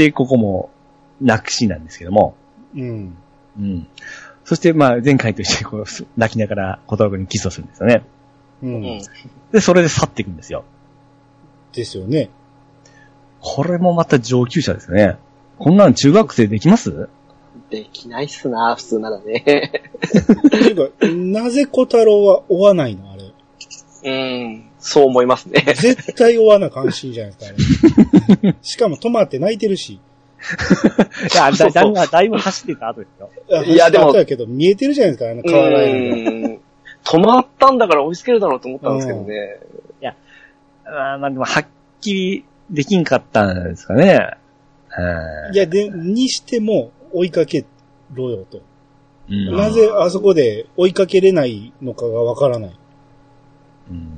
S1: ここも泣くシーンなんですけども。うん。うん。そして、まあ前回としてこう、泣きながら小太郎くんにキスをするんですよね。うん。で、それで去っていくんですよ。
S2: ですよね。
S1: これもまた上級者ですね。こんなん中学生できます？
S3: できないっすな、普通ならね。
S2: ていうか、なぜ小太郎は追わないのあれ。
S3: うーん、そう思いますね。
S2: 絶対追わな関心じゃないですか、あれ。しかも止まって泣いてるし。
S1: いや、だ、だんがだいぶ走ってた後ですよ。
S2: いや、でも。だけど、見えてるじゃないですか、あの川ラインが。
S3: 止まったんだから追いつけるだろうと思ったんですけどね。
S1: いや、あまあでも、はっきりできんかったんですかね。
S2: いや、で、にしても追いかけろよと。うん、なぜあそこで追いかけれないのかがわからない。
S1: うんうん、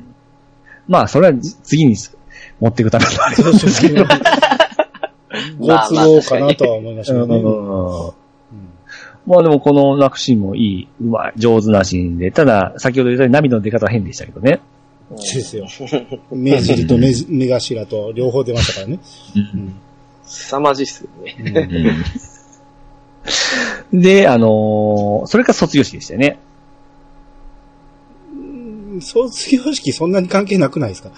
S1: まあ、それは次に持っていくためのあれなんですけど。
S2: ご都合かなとは思いましたけどね。
S1: まあでもこの泣くシーンもいい、うまい、上手なシーンで、ただ、先ほど言ったように涙の出方は変でしたけどね。
S2: ですよ。目尻と 目, 目頭と両方出ましたからね。うん
S3: 凄まじいっすよね。
S1: で、あのー、それが卒業式でしたよね。
S2: 卒業式そんなに関係なくないですか？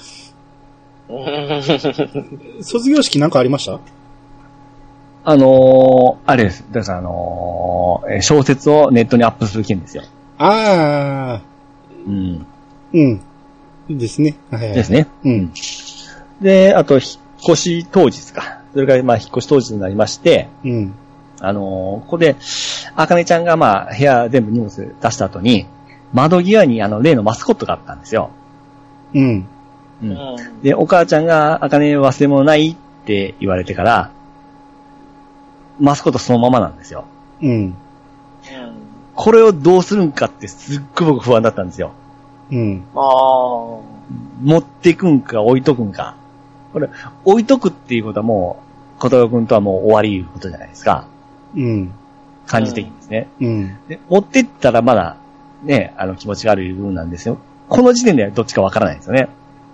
S2: 卒業式なんかありました？
S1: あのー、あれです。だからあのー、小説をネットにアップする件ですよ。
S2: ああ。うん。うん。ですね。
S1: はいはい、ですね。うん。で、あと、引っ越し当日か。それから、まあ、引っ越し当日になりまして、うん。あのー、ここで、あかねちゃんが、まあ、部屋全部荷物出した後に、窓際に、あの、例のマスコットがあったんですよ。うん。うん。で、お母ちゃんが、あかね忘れ物ないって言われてから、マスコットそのままなんですよ。うん。これをどうするんかってすっごく僕不安だったんですよ。うん。ああ。持っていくんか置いとくんか。これ、置いとくっていうことはもう、小太郎くんとはもう終わりいうことじゃないですか。うん。感じ的にですね。うん。で、持ってったらまだ、ね、あの気持ちが悪い部分なんですよ。この時点ではどっちかわからないですよね。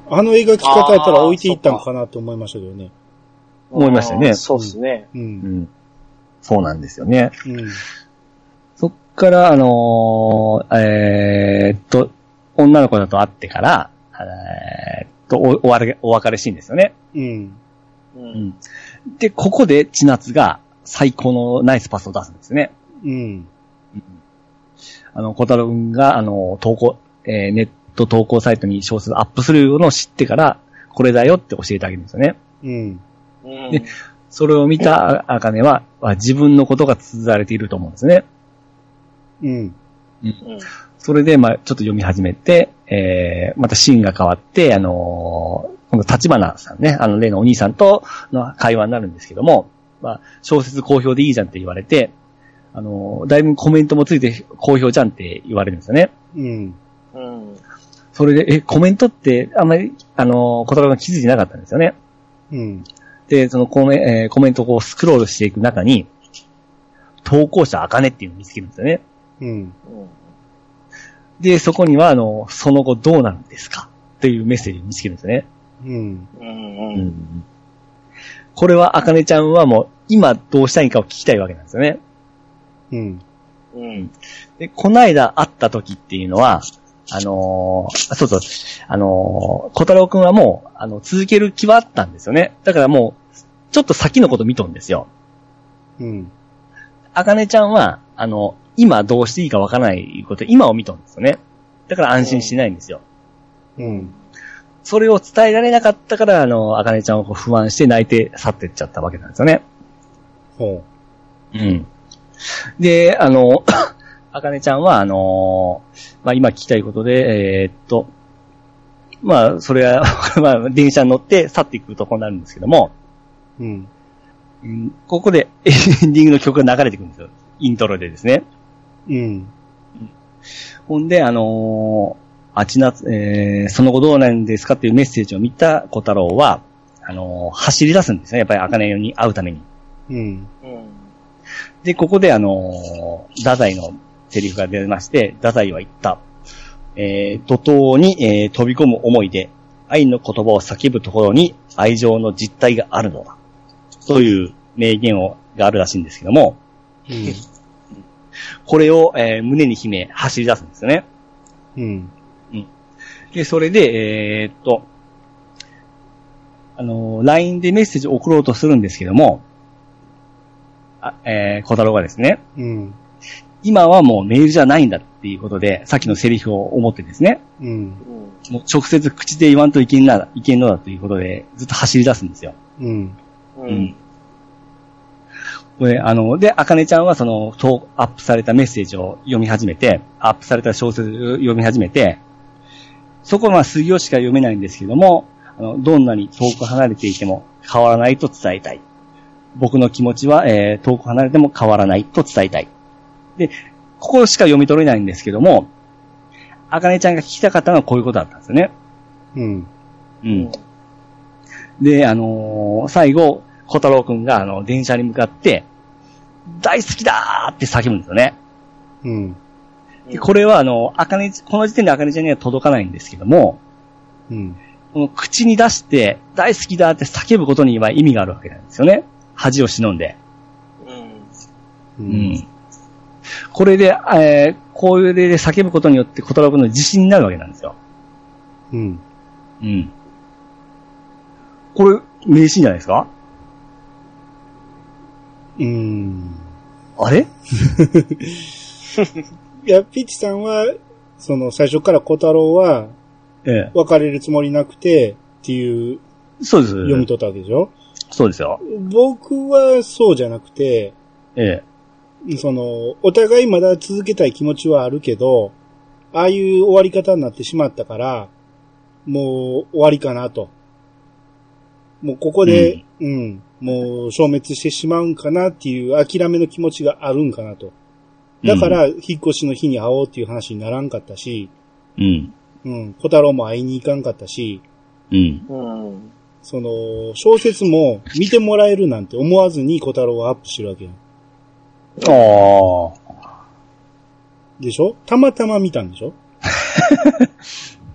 S2: あの描き方やったら置いていったんかなって思いましたけどね。
S1: 思いましたよね。
S3: そうですね。
S2: うん。
S1: うん。そうなんですよね。
S2: うん。
S1: そっから、あのー、えー、っと、女の子だと会ってから、えー、っと、お、お別れ、お別れシーンですよね。
S2: うん。
S3: う。
S1: うんん。で、ここで千夏が最高のナイスパスを出すんですね。
S2: うん。
S1: うん、あの、小太郎くんが、あの、投稿、えー、ネット投稿サイトに小説アップするのを知ってから、これだよって教えてあげるんですよね。
S2: うん。
S1: で、それを見た茜は、自分のことが綴られていると思うんですね。
S2: うん。
S1: うん。それで、まあちょっと読み始めて、えー、またシーンが変わって、あのー、この立花さんね、あの例のお兄さんとの会話になるんですけども、まあ小説好評でいいじゃんって言われて、あのー、だいぶコメントもついて好評じゃんって言われるんですよね。
S2: うん。
S3: うん。
S1: それで、え、コメントってあんまり、あのー、小太郎が気づいてなかったんですよね。
S2: うん。
S1: で、そのコメ、えー、コメントをこうスクロールしていく中に、投稿者あかねっていうのを見つけるんですよね。
S2: うん。
S1: で、そこには、あの、その後どうなんですかっていうメッセージを見つけるんですよね。
S2: うん。
S3: うん。うん。
S1: これは、あかねちゃんはもう、今どうしたいかを聞きたいわけなんですよね。
S2: うん。
S3: うん。
S1: で、この間会った時っていうのは、あのー、そうそう、あのー、小太郎くんはもう、あの、続ける気はあったんですよね。だからもう、ちょっと先のこと見とんですよ。
S2: うん。
S1: あかねちゃんは、あの、今どうしていいかわからないこと、今を見とんですよね。だから安心しないんですよ。
S2: うん。
S1: それを伝えられなかったから、あの、あかねちゃんをこう不安して泣いて去ってっちゃったわけなんですよね。
S2: ほ
S1: う。うん。で、あの、あかねちゃんは、あのー、まあ、今聞きたいことで、えー、っと、まあ、それは、まあ、電車に乗って去っていくとこになるんですけども、
S2: う。うん。
S1: うん、ここでエンディングの曲が流れてくるんですよ。イントロでですね。
S2: うん。
S1: ほんで、あのー、あちなつ、えー、その後どうなんですかっていうメッセージを見た小太郎は、あのー、走り出すんですね。やっぱりあかねに会うために。
S2: うん。
S3: うん。
S1: で、ここであのー、太宰のセリフが出まして、太宰は言った。えー、怒涛に、えー、飛び込む思いで、愛の言葉を叫ぶところに愛情の実態があるのだ。という名言をがあるらしいんですけども、
S2: うん、
S1: これを、えー、胸に秘め走り出すんですよね。
S2: うん。
S1: うん。で、それで、えー、っと、あのー、ライン でメッセージを送ろうとするんですけども、あえー、小太郎がですね、
S2: うん。
S1: 今はもうメールじゃないんだっていうことで、さっきのセリフを思ってですね、
S2: うん。
S1: もう直接口で言わんといけんな、いけんのだということで、ずっと走り出すんですよ。
S2: うん。
S3: うん。
S1: これ、あの、で、あかねちゃんはその、アップされたメッセージを読み始めて、アップされた小説を読み始めて、そこはまあ数行しか読めないんですけども、あの、どんなに遠く離れていても変わらないと伝えたい。僕の気持ちは、えー、遠く離れても変わらないと伝えたい。で、ここしか読み取れないんですけども、あかねちゃんが聞きたかったのはこういうことだったんですよね。
S2: うん。
S1: うん。で、あのー、最後、小太郎くんが、あの、電車に向かって、大好きだーって叫ぶんですよね。
S2: うん。
S1: でこれは、あの、あかね、この時点であかねちゃんには届かないんですけども、
S2: うん。
S1: この口に出して、大好きだーって叫ぶことには意味があるわけなんですよね。恥を忍んで。
S3: うん。
S2: うん。
S1: うん。これで、えー、こういう例で叫ぶことによって小太郎くんの自信になるわけなんですよ。
S2: うん。
S1: うん。これ、名シーンじゃないですか？
S2: うーん。
S1: あれ
S2: いや、ピッチさんは、その、最初から小太郎は、
S1: ええ。
S2: 別れるつもりなくて、っていう、
S1: そうです。
S2: 読み取ったわけでしょ？
S1: そうですよ。
S2: 僕はそうじゃなくて、
S1: ええ。
S2: その、お互いまだ続けたい気持ちはあるけど、ああいう終わり方になってしまったから、もう終わりかなと。もうここで、うん、うん、もう消滅してしまうんかなっていう諦めの気持ちがあるんかなと。だから、引っ越しの日に会おうっていう話にならんかったし、
S1: うん。
S2: うん、小太郎も会いに行かんかったし、
S1: うん。
S3: うん。
S2: その、小説も見てもらえるなんて思わずに小太郎はアップしてるわけやん。
S1: ああ。
S2: でしょ？たまたま見たんでしょ？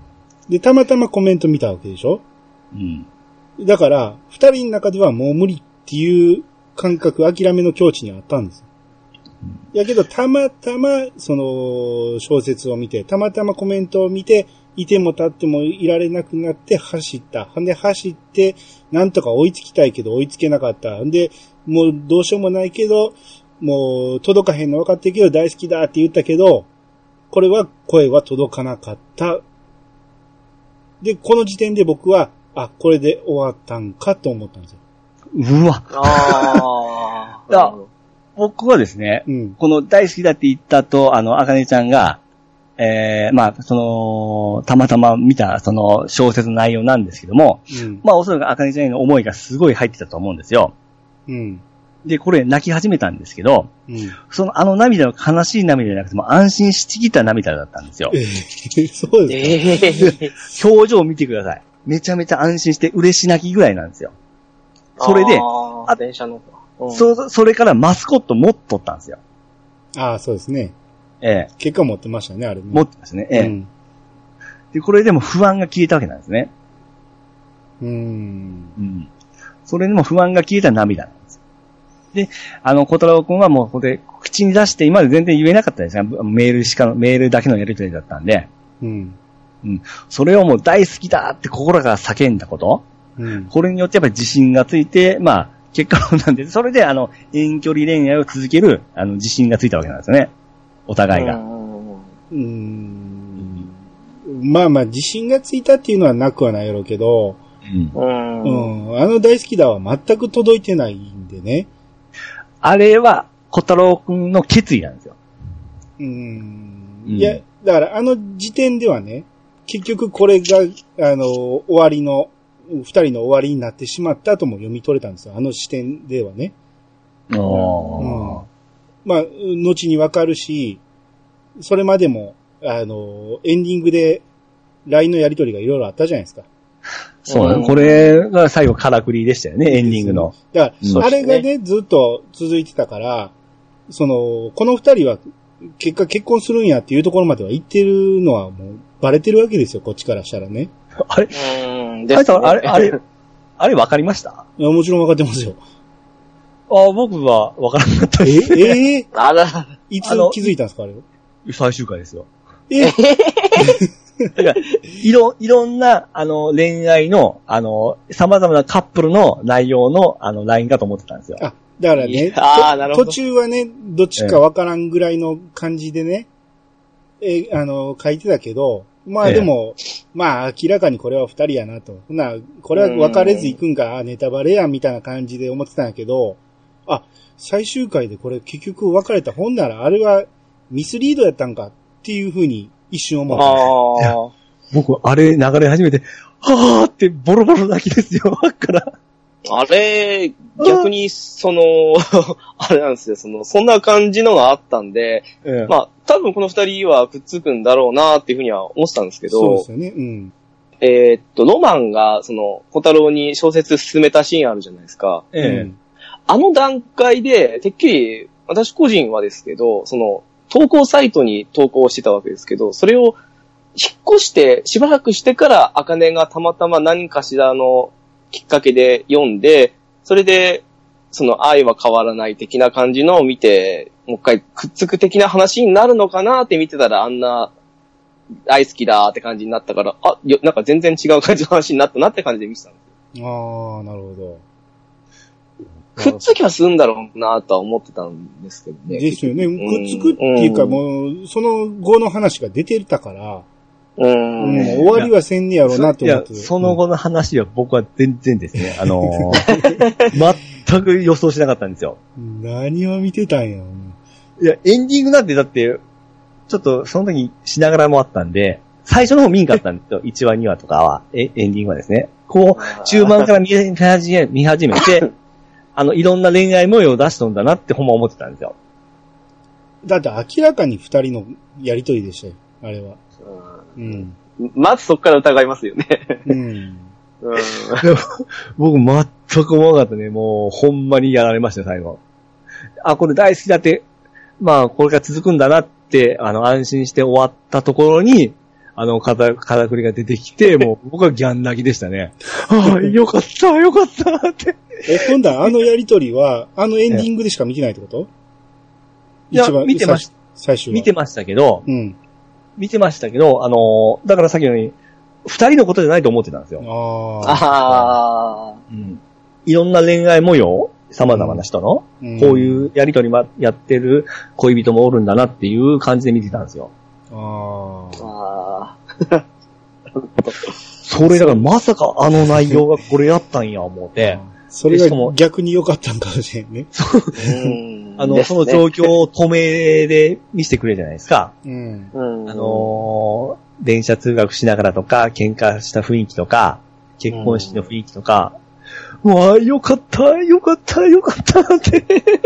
S2: で、たまたまコメント見たわけでしょ？
S1: うん。
S2: だから、二人の中ではもう無理っていう感覚、諦めの境地にあったんですよ。うん、やけど、たまたま、その、小説を見て、たまたまコメントを見て、いても立ってもいられなくなって走った。ほんで走って、なんとか追いつきたいけど追いつけなかった。んで、もうどうしようもないけど、もう届かへんの分かってるけど大好きだって言ったけど、これは声は届かなかった。で、この時点で僕は、あ、これで終わったんかと思ったんですよ。
S1: うわ。ああ。僕はですね、うん、この大好きだって言ったと、あの、あかねちゃんが、ええー、まあ、その、たまたま見た、その、小説の内容なんですけども、うん、まあ、おそらくあかねちゃんへの思いがすごい入ってたと思うんですよ。うん。で、これ泣き始めたんですけど、うん、その、あの涙は悲しい涙じゃなくても安心しちぎった涙だったんですよ。え
S2: ー、そうですか、え
S1: ー、表情を見てください。めちゃめちゃ安心して嬉し泣きぐらいなんですよ。それで、
S3: ああ、電車の、
S1: うん、そ、それからマスコット持っとったんですよ。
S2: ああ、そうですね。
S1: ええ。
S2: 結果持ってましたね、あれね。
S1: 持ってますね。ええ、うん。で、これでも不安が消えたわけなんですね。
S2: うーん。
S1: うん。それでも不安が消えた涙なんです。で、あの、小太郎くんはもうここで口に出して今まで全然言えなかったですね。メールしか、メールだけのやり取りだったんで。うん。うん。それをもう大好きだって心から叫んだこと。うん。これによってやっぱり自信がついて、まあ、結果なんで、それであの、遠距離恋愛を続ける、あの、自信がついたわけなんですよね。お互いが。う
S2: ーん。まあまあ、自信がついたっていうのはなくはないやろうけど、うん。うん。あの大好きだは全く届いてないんでね。
S1: あれは、小太郎くんの決意なんですよ。
S2: うーん。いや、だからあの時点ではね、結局これが、あの、終わりの、二人の終わりになってしまったとも読み取れたんですよ。あの視点ではね。
S1: ああ。うん。
S2: まあ、後にわかるし、それまでも、あの、エンディングで ライン のやり取りがいろいろあったじゃないですか。
S1: そうだね。これが最後からくりでしたよね、エンディングの。
S2: だから、あれがね、ずっと続いてたから、その、この二人は結果結婚するんやっていうところまでは言ってるのはもうバレてるわけですよ、こっちからしたらね。
S1: あれうーん、ですね。あれ、あれ、あれ分かりました？
S2: いや、もちろん分かってますよ。
S1: ああ、僕は分からなかったです。
S2: ええー、
S3: あら。
S2: いつ気づいたんですか、あれ。
S1: 最終回ですよ。えだからいろ、いろんな、あの、恋愛の、あの、様々なカップルの内容の、あの、ラインかと思ってたんですよ。
S2: あ、だからね、あなるほど途中はね、どっちかわからんぐらいの感じでね、え、あの、書いてたけど、まあでも、ええ、まあ明らかにこれは二人やなと。な、これは別れず行くんか、ネタバレやんみたいな感じで思ってたんやけど、あ、最終回でこれ結局別れた本ならあれはミスリードやったんかっていう風に一瞬思った。
S1: ああ。僕、あれ流れ始めて、はぁーってボロボロ泣きですよ、から。
S3: あれ、逆に、その、あれなんですよ、その、そんな感じのがあったんで、ええ、まあ、多分この二人はくっつくんだろうなっていうふうには思ってたんですけど、
S2: そうですよね、うん。
S3: えー、っと、ロマンが、その、小太郎に小説進めたシーンあるじゃないですか。ええ、あの段階で、てっきり、私個人はですけど、その、投稿サイトに投稿してたわけですけど、それを引っ越して、しばらくしてから、あかねがたまたま何かしらのきっかけで読んで、それで、その愛は変わらない的な感じのを見て、もう一回くっつく的な話になるのかなって見てたら、あんな大好きだって感じになったから、あ、なんか全然違う感じの話になったなって感じで見てたんです
S2: よ。ああ、なるほど。
S3: くっつきはするんだろうなとは思ってたんですけどね。
S2: ですよね。くっつくっていうか、うん、もう、その後の話が出てたから、うん、うん、終わりはせんねやろうなと思って。
S1: いや、その後の話は僕は全然ですね、あのー、全く予想しなかったんですよ。
S2: 何を見てたんや。
S1: いや、エンディングなんてだって、ちょっとその時しながらもあったんで、最初の方見んかったんですよ。いちわにわとかは、えエンディングはですね。こう、中盤から見始め、見始めて、あの、いろんな恋愛模様を出しとんだなってほんま思ってたんですよ。
S2: だって明らかに二人のやりとりでしたよ、あれは。
S3: うん。まずそっから疑いますよね。うん。
S1: うん、僕全く思わなかったね。もう、ほんまにやられましたよ、最後。あ、これ大好きだって、まあ、これから続くんだなって、あの、安心して終わったところに、 あの、からくりが出てきて、もう僕はギャン泣きでしたね。ああ、よかった、よかったって。
S2: え、今度はあのやりとりは、あのエンディングでしか見てないってこと？
S1: いや、見てました。
S2: 最初は。
S1: 見てましたけど、
S2: うん。
S1: 見てましたけど、あの、だからさっきのように、二人のことじゃないと思ってたんですよ。
S3: ああ。
S1: うん。いろんな恋愛模様、様々な人の、うん、こういうやりとりま、やってる恋人もおるんだなっていう感じで見てたんですよ。
S2: あ
S3: あ。
S1: それだからまさかあの内容がこれやったんや思って。
S2: それが逆に良かったんかもしれんね。
S1: あの、ね、その状況を止めで見せてくれるじゃないですか。
S2: うん。
S1: あのー、電車通学しながらとか、喧嘩した雰囲気とか、結婚式の雰囲気とか、うわぁ、よかった、よかった、よかったって。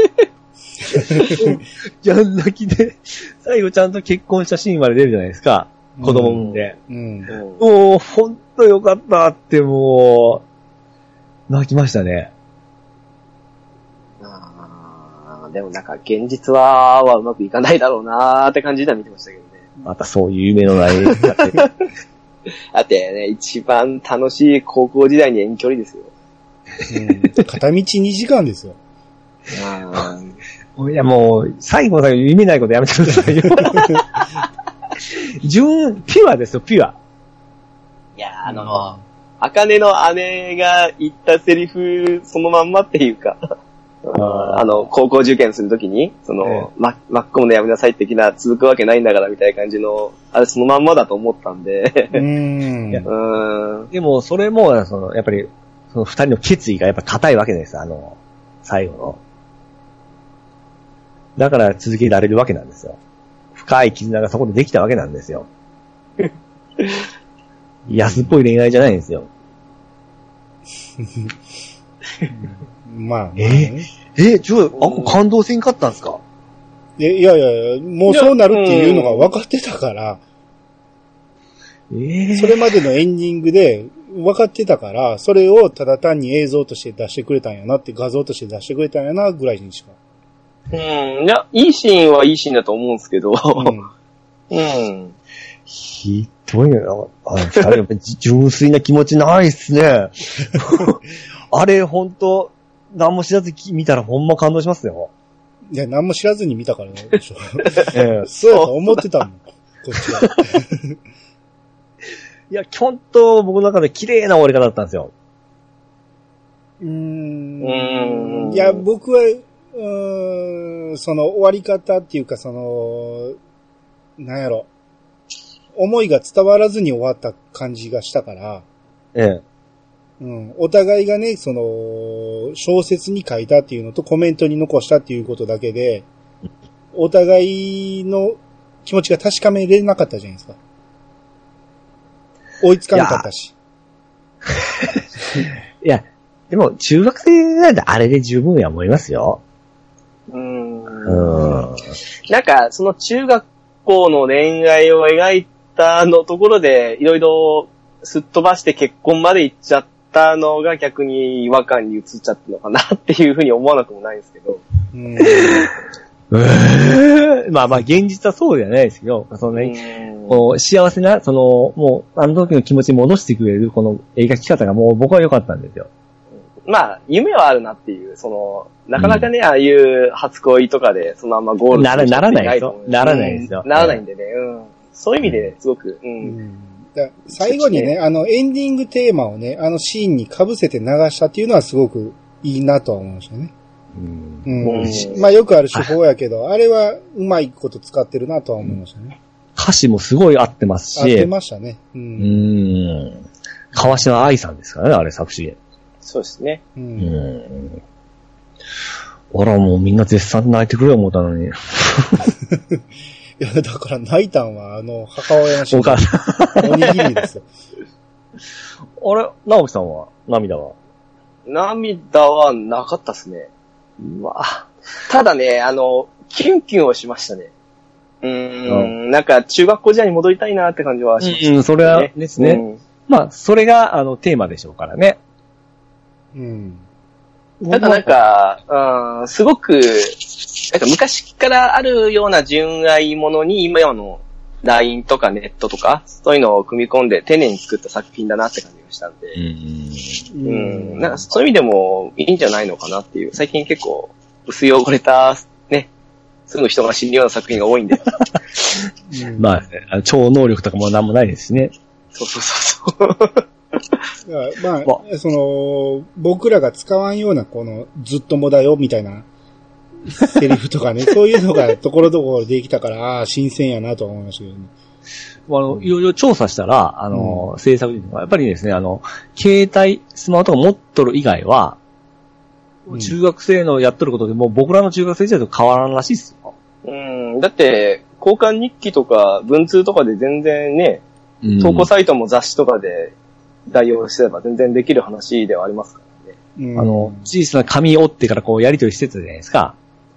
S1: ギャン泣きで、最後ちゃんと結婚したシーンまで出るじゃないですか。子供産んで。
S2: うん。
S1: もう、ほんとよかったってもう、泣きましたね。
S3: あでもなんか現実ははうまくいかないだろうなーって感じでは見てましたけどね。
S1: またそういう夢のないだ
S3: ってね、一番楽しい高校時代に遠距離ですよ。
S2: うん、片道にじかんですよ。
S3: あ
S1: いやもう、最後の最後夢ないことやめてくださいよ。純、ピュアですよ、ピュア。
S3: いや、あの、あかねの姉が言ったセリフそのまんまっていうか、あ, あの、高校受験するときに、その、ええ、マッコムのやめなさい的な続くわけないんだからみたいな感じの、あれそのまんまだと思ったんで。
S2: うーん
S3: うん
S1: でも、それも、その、やっぱり、その二人の決意がやっぱ固いわけです、あの、最後の。だから続けられるわけなんですよ。深い絆がそこでできたわけなんですよ。安っぽい恋愛じゃないんですよ。
S2: まあ、
S1: ね。えー、え、ちょ、あ、こ感動せんかったんですか？
S2: いやいやいや、もうそうなるっていうのが分かってたから、
S1: えー、
S2: それまでのエンディングで分かってたから、それをただ単に映像として出してくれたんやなって、画像として出してくれたんやな、ぐらいにしか。
S3: うん、いや、いいシーンはいいシーンだと思うんですけど、うん。うん。
S1: ひどいな。あの、二人やっぱり純粋な気持ちないっすね。あれ、ほんと、何も知らず見たらほんま感動しますよ。
S2: いや、何も知らずに見たからね。ええ、そうやと思ってたもん。こっちは。
S1: いや、ほんと僕の中で綺麗な終わり方だったんですよ。
S2: うーん。
S3: うーん
S2: いや、僕は、うーん、その終わり方っていうか、その、なんやろ。思いが伝わらずに終わった感じがしたから。
S1: ええ。
S2: うん。お互いがね、その、小説に書いたっていうのとコメントに残したっていうことだけで、お互いの気持ちが確かめれなかったじゃないですか。追いつかなかったし。
S1: いや、でも中学生なんであれで十分や思いますよ。
S3: うーん。
S1: うん。
S3: なんか、その中学校の恋愛を描いたのところで、いろいろすっ飛ばして結婚まで行っちゃったのが逆に違和感に移っちゃったのかなっていうふうに思わなくもないんですけど。
S2: うん。
S1: えー、まあまあ現実はそうではないですけど、そのね、こう幸せな、その、もうあの時の気持ちに戻してくれるこの描き方がもう僕は良かったんですよ。
S3: まあ、夢はあるなっていう、その、なかなかね、うん、ああいう初恋とかで、そのままゴール
S1: なら、ならないですよ。ならないですよ。
S3: ならないんでね、うん。そういう意味ですごく、うん。うん、
S2: だ最後にね、あの、エンディングテーマをね、あのシーンに被せて流したっていうのはすごくいいなとは思いましたね。
S1: うん
S2: うんうん、まあよくある手法やけど、あれはうまいこと使ってるなとは思いましたね。
S1: 歌詞もすごい合ってますし。
S2: 合ってましたね。
S1: うん。うん川島愛さんですからね、あれ作詞。
S3: そうですね。
S2: うん。
S1: うん。あら、もうみんな絶賛泣いてくれよ思ったのに。い
S2: や、だから泣いたんは、あの、母親の
S1: お母さ
S2: ん。おにぎりですよ。
S1: あれ、直樹さんは涙は
S3: 涙はなかったっすね。うわ。ただね、あの、キュンキュンをしましたね。うーん、うん、なんか中学校時代に戻りたいなって感じはしました、ね。
S1: うん、それはですね。うん、まあ、それが、あの、テーマでしょうからね。
S2: うん。
S3: ただなんか、うん、すごく、なんか昔からあるような純愛ものに今のライン とかネットとか、そういうのを組み込んで丁寧に作った作品だなって感じがしたんで、うん、うん、なんかそういう意味でもいいんじゃないのかなっていう、最近結構薄汚れた、ね、すぐ人が死ぬような作品が多いんで。
S1: うん、まあ、超能力とかもなんもないですしね。
S3: そうそうそうそう。
S2: まあ、まあ、その、僕らが使わんような、この、ずっともだよ、みたいな、セリフとかね、そういうのがところどころできたから、ああ、新鮮やなと思いましたけどね。
S1: あの、いろいろ調査したら、あの、うん、制作人は、やっぱりですね、あの、携帯、スマホとか持っとる以外は、うん、中学生のやっとることでもう僕らの中学生時代と変わらんらしいっすよ。
S3: うん、だって、交換日記とか文通とかで全然ね、うん、投稿サイトも雑誌とかで代用すれば全然できる話ではありますからね。
S1: うん、あの、小さな紙折ってからこうやり取りしてたじゃないですか。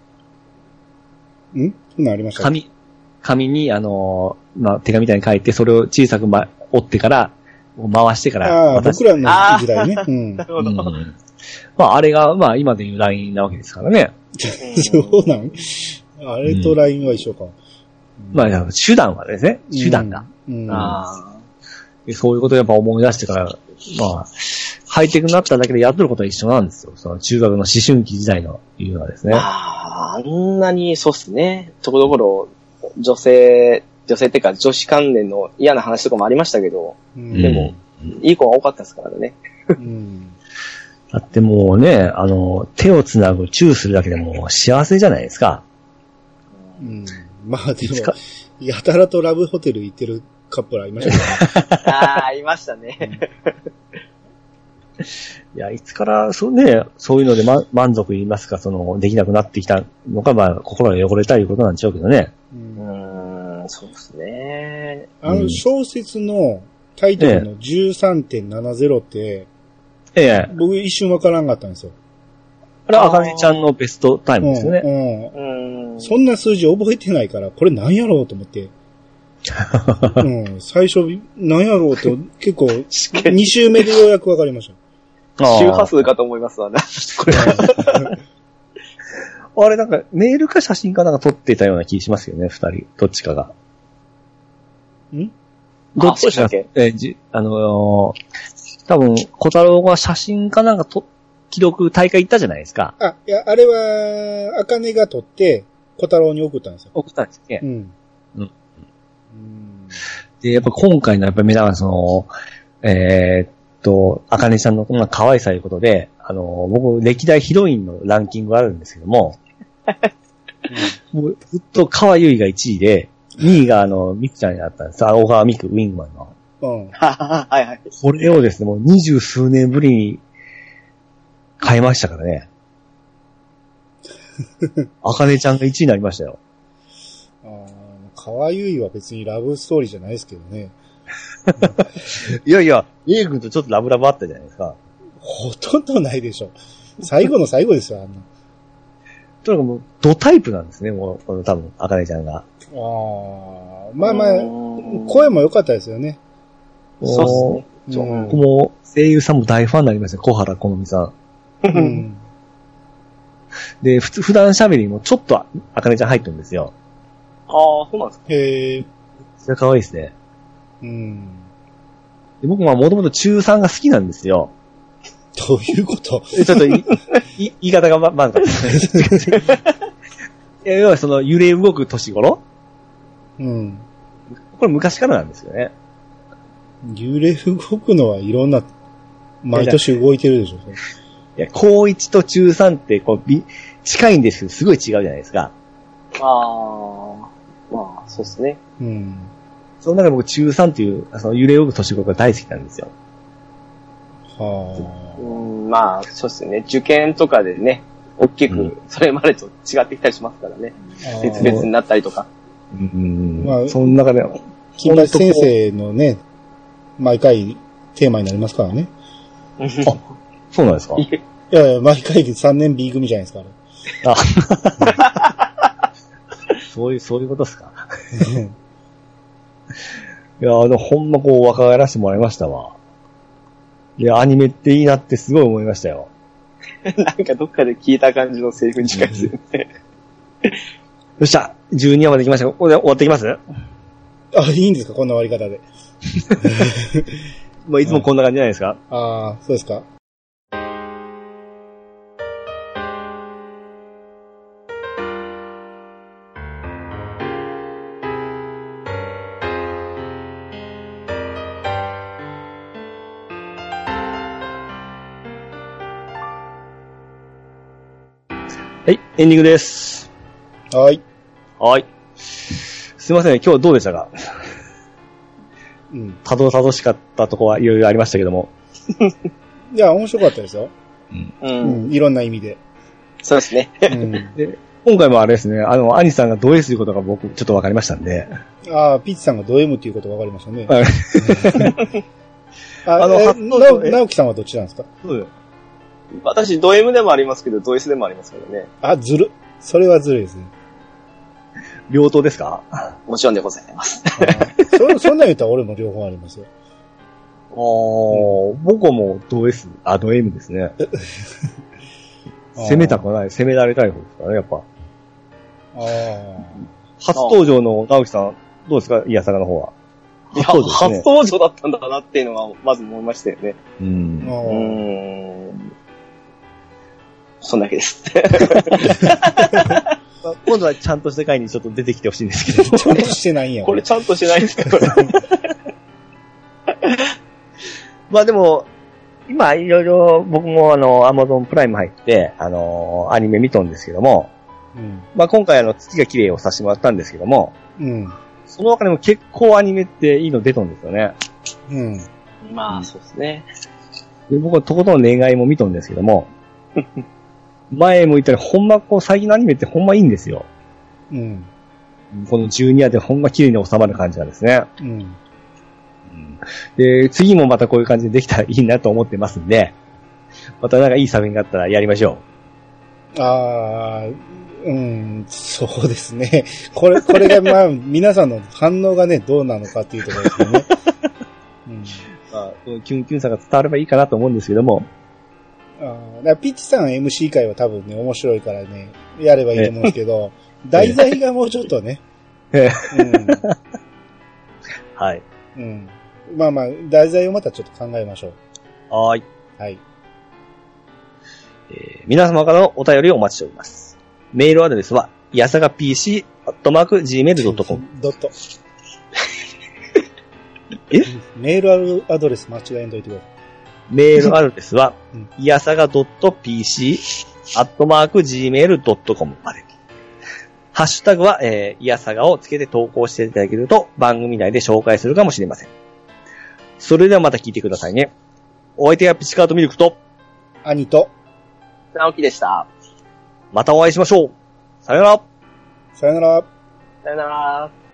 S2: んそんなんありましたか？
S1: 紙、紙にあの、まあ、手紙みたいに書いて、それを小さく、ま、折ってから、回してから
S2: ああ、僕らの時代ね。うん。
S3: なるほど。うん、
S1: まあ、あれが、まあ、今でいう ライン なわけですからね。
S2: そうなんあれと ライン は一緒か。うん、
S1: まあ、手段はですね、手段だ。
S2: うんうん、
S1: あそういうことをやっぱ思い出してから、まあ、ハイテクになっただけでやってることは一緒なんですよ。その中学の思春期時代のいうのはですね。
S3: ああ、あんなに、そうっすね。ところどころ、女性、女性っていうか女子関連の嫌な話とかもありましたけど、うん、でも、うん、いい子が多かったですからね。
S2: うん、
S1: だってもうね、あの、手をつなぐ、チューするだけでも幸せじゃないですか。
S2: うん、まあでも、やたらとラブホテル行ってるカップルありましたね。
S3: ああ、いましたね。
S1: いや、いつから、そうね、そういうので、ま、満足言いますか、その、できなくなってきたのか、まあ、心が汚れたいうことなんでしょうけどね。
S3: うん、うーん、そうですね。
S2: あの、小説のタイトルの じゅうさんてんななじゅう って、
S1: ええ、
S2: 僕一瞬わからんかったんですよ。
S1: あれは、あかねちゃんのベストタイムですよね。
S2: うん、うん。そんな数字覚えてないから、これ何やろうと思って。うん、最初、何やろうと結構、に週目でようやくわかりました。
S3: 周波数かと思いますわね。これ
S1: あれなんか、メールか写真かなんか撮ってたような気しますよね、二人。どっちかが。
S2: ん
S1: どっちかが、えじ、あのー、多分、小太郎が写真かなんかと、記録大会行ったじゃないですか。
S2: あ、いや、あれは、あかねが撮って、小太郎に送ったんですよ。
S1: 送ったんですね。
S2: うん。
S1: うん。で、やっぱ今回のやっぱり目玉はその、えー、っと、あかねさんの、まあ、可愛さということで、あの、僕、歴代ヒロインのランキングがあるんですけども、うん、もうずっと川優衣がいちいで、にいがあの、ミクちゃんになったんです。あ、小川ミク、ウィングマンの。
S2: うん。
S3: はいはい。
S1: これをですね、もう二十数年ぶりに変えましたからね。あかねちゃんがいちいになりましたよ。
S2: ああ、川優衣は別にラブストーリーじゃないですけどね。
S1: いやいや、エイ君とちょっとラブラブあったじゃないですか。
S2: ほとんどないでしょ。最後の最後ですよ、あんな。
S1: とにかくもう、ドタイプなんですね、もう、この多分、あかねちゃんが。
S2: ああ、まあまあ、声も良かったですよね。
S1: そうですね。僕も声優さんも大ファンになりました、小原好美さん。うん、で、普通、普段喋りもちょっとあかねちゃん入ってるんですよ。
S3: ああ、そうなんですか。
S2: へえ。
S1: それ可愛いですね。
S2: うん。
S1: で僕はもともと中さんが好きなんですよ。
S2: どういうこと
S1: ちょっといい言い方がま、まずかった。要はその揺れ動く年頃
S2: うん。
S1: これ昔からなんですよね。
S2: 揺れ動くのはいろんな、毎年動いてるでしょ。
S1: いや、高いちと中さんってこう、近いんですけど、すごい違うじゃないですか。
S3: ああ、まあ、そうですね。
S2: うん。
S1: その中で僕中さんっていう、その揺れ動く年頃が大好きなんですよ。
S2: はあ。
S3: うん、まあ、そうですね。受験とかでね、大きく、それまでと違ってきたりしますからね。うん、別々になったりとか。
S1: うん。まあ、その中で、
S2: 金八先生のね、毎回テーマになりますからね。
S1: あ、そうなんですか？
S2: いやいや、毎回さんねん B 組じゃないですか、
S1: あそういう、そういうことですか。いや、あの、ほんまこう若返らせてもらいましたわ。いや、アニメっていいなってすごい思いましたよ。
S3: なんかどっかで聞いた感じのセリフに近いですよね。
S1: よっしゃ、じゅうにわまで行きました。ここで終わっていきます？
S2: あ、いいんですかこんな終わり方で。
S1: まあ、いつもこんな感じじゃないですか。
S2: ああ、そうですか。
S1: はい、エンディングです。
S2: はい。
S1: はい。すいません、今日どうでしたか？うん。たどたどしかったとこはいろいろありましたけども。
S2: いや、面白かったですよ。
S3: うん。
S2: うん。いろんな意味で。
S3: そうですね。うん、
S1: で今回もあれですね、あの、アニさんがド S ということが僕ちょっとわかりましたんで。
S2: ああ、ピッチさんがド M っていうことがわかりましたね。はい。あ, あの、えな、直樹さんはどっちなんですか？
S3: そうです。私、ド M でもありますけど、ド S でもありますけどね。
S2: あ、ずる。それはずるいですね。
S1: 両党ですか？
S3: もちろんでございます。
S2: そ, そんなん言ったら俺も両方ありますよ。
S1: あー、うん、僕はもうド S、あ、ド M ですね。攻めたくない、攻められたい方ですからね、やっぱ。あ初登場の直樹さん、どうですか？イヤサガの方は。
S3: いや、初登場、ね、初登場だったんだなっていうのは、まず思いましたよね。うん。うん。そんだけです。
S1: 今度はちゃんとした回にちょっと出てきてほしいんですけど。
S2: ちゃんとしてないんや。
S3: これちゃんとしてないんですかこれ。
S1: まあでも、今いろいろ僕もあの、アマゾンプライム入って、あの、アニメ見とんですけども、うん、まあ今回あの、月が綺麗をさせてもらったんですけども、うん、その他にも結構アニメっていいの出とんですよね。
S3: うん。まあ、そうですね。
S1: で僕はとことん恋愛も見とんですけども、前も言ったように、ほんまこう、最近のアニメってほんまいいんですよ。うん。このじゅうにわでほんま綺麗に収まる感じなんですね。うん。うん、で、次もまたこういう感じでできたらいいなと思ってますんで、またなんかいい作品があったらやりましょ
S2: う。ああ、うん、そうですね。これ、これがまあ、皆さんの反応がね、どうなのかっていうところですよね。
S1: うん。まあ、キュンキュンさが伝わればいいかなと思うんですけども、
S2: あだピッチさん エムシー 会は多分ね、面白いからね、やればいいと思うんですけど、題材がもうちょっとね。うん、
S1: はい。
S2: うん。まあまあ、題材をまたちょっと考えましょう。
S1: はい。
S2: はい。
S1: えー、皆様からのお便りをお待ちしております。メールアドレスは、やさが ピーシー アットマーク ジーメールドットコム。
S2: ドット。
S1: え
S2: メールアドレス間違えんといてください。
S1: メールアドレスは、いやさが .pc アットマーク ジーメールドットコム まで。ハッシュタグは、えー、いやさがをつけて投稿していただけると番組内で紹介するかもしれません。それではまた聞いてくださいね。お相手はピチカートミルクと、
S2: 兄と、
S3: 直樹でした。
S1: またお会いしましょう。さよなら。
S2: さよなら。
S3: さよなら。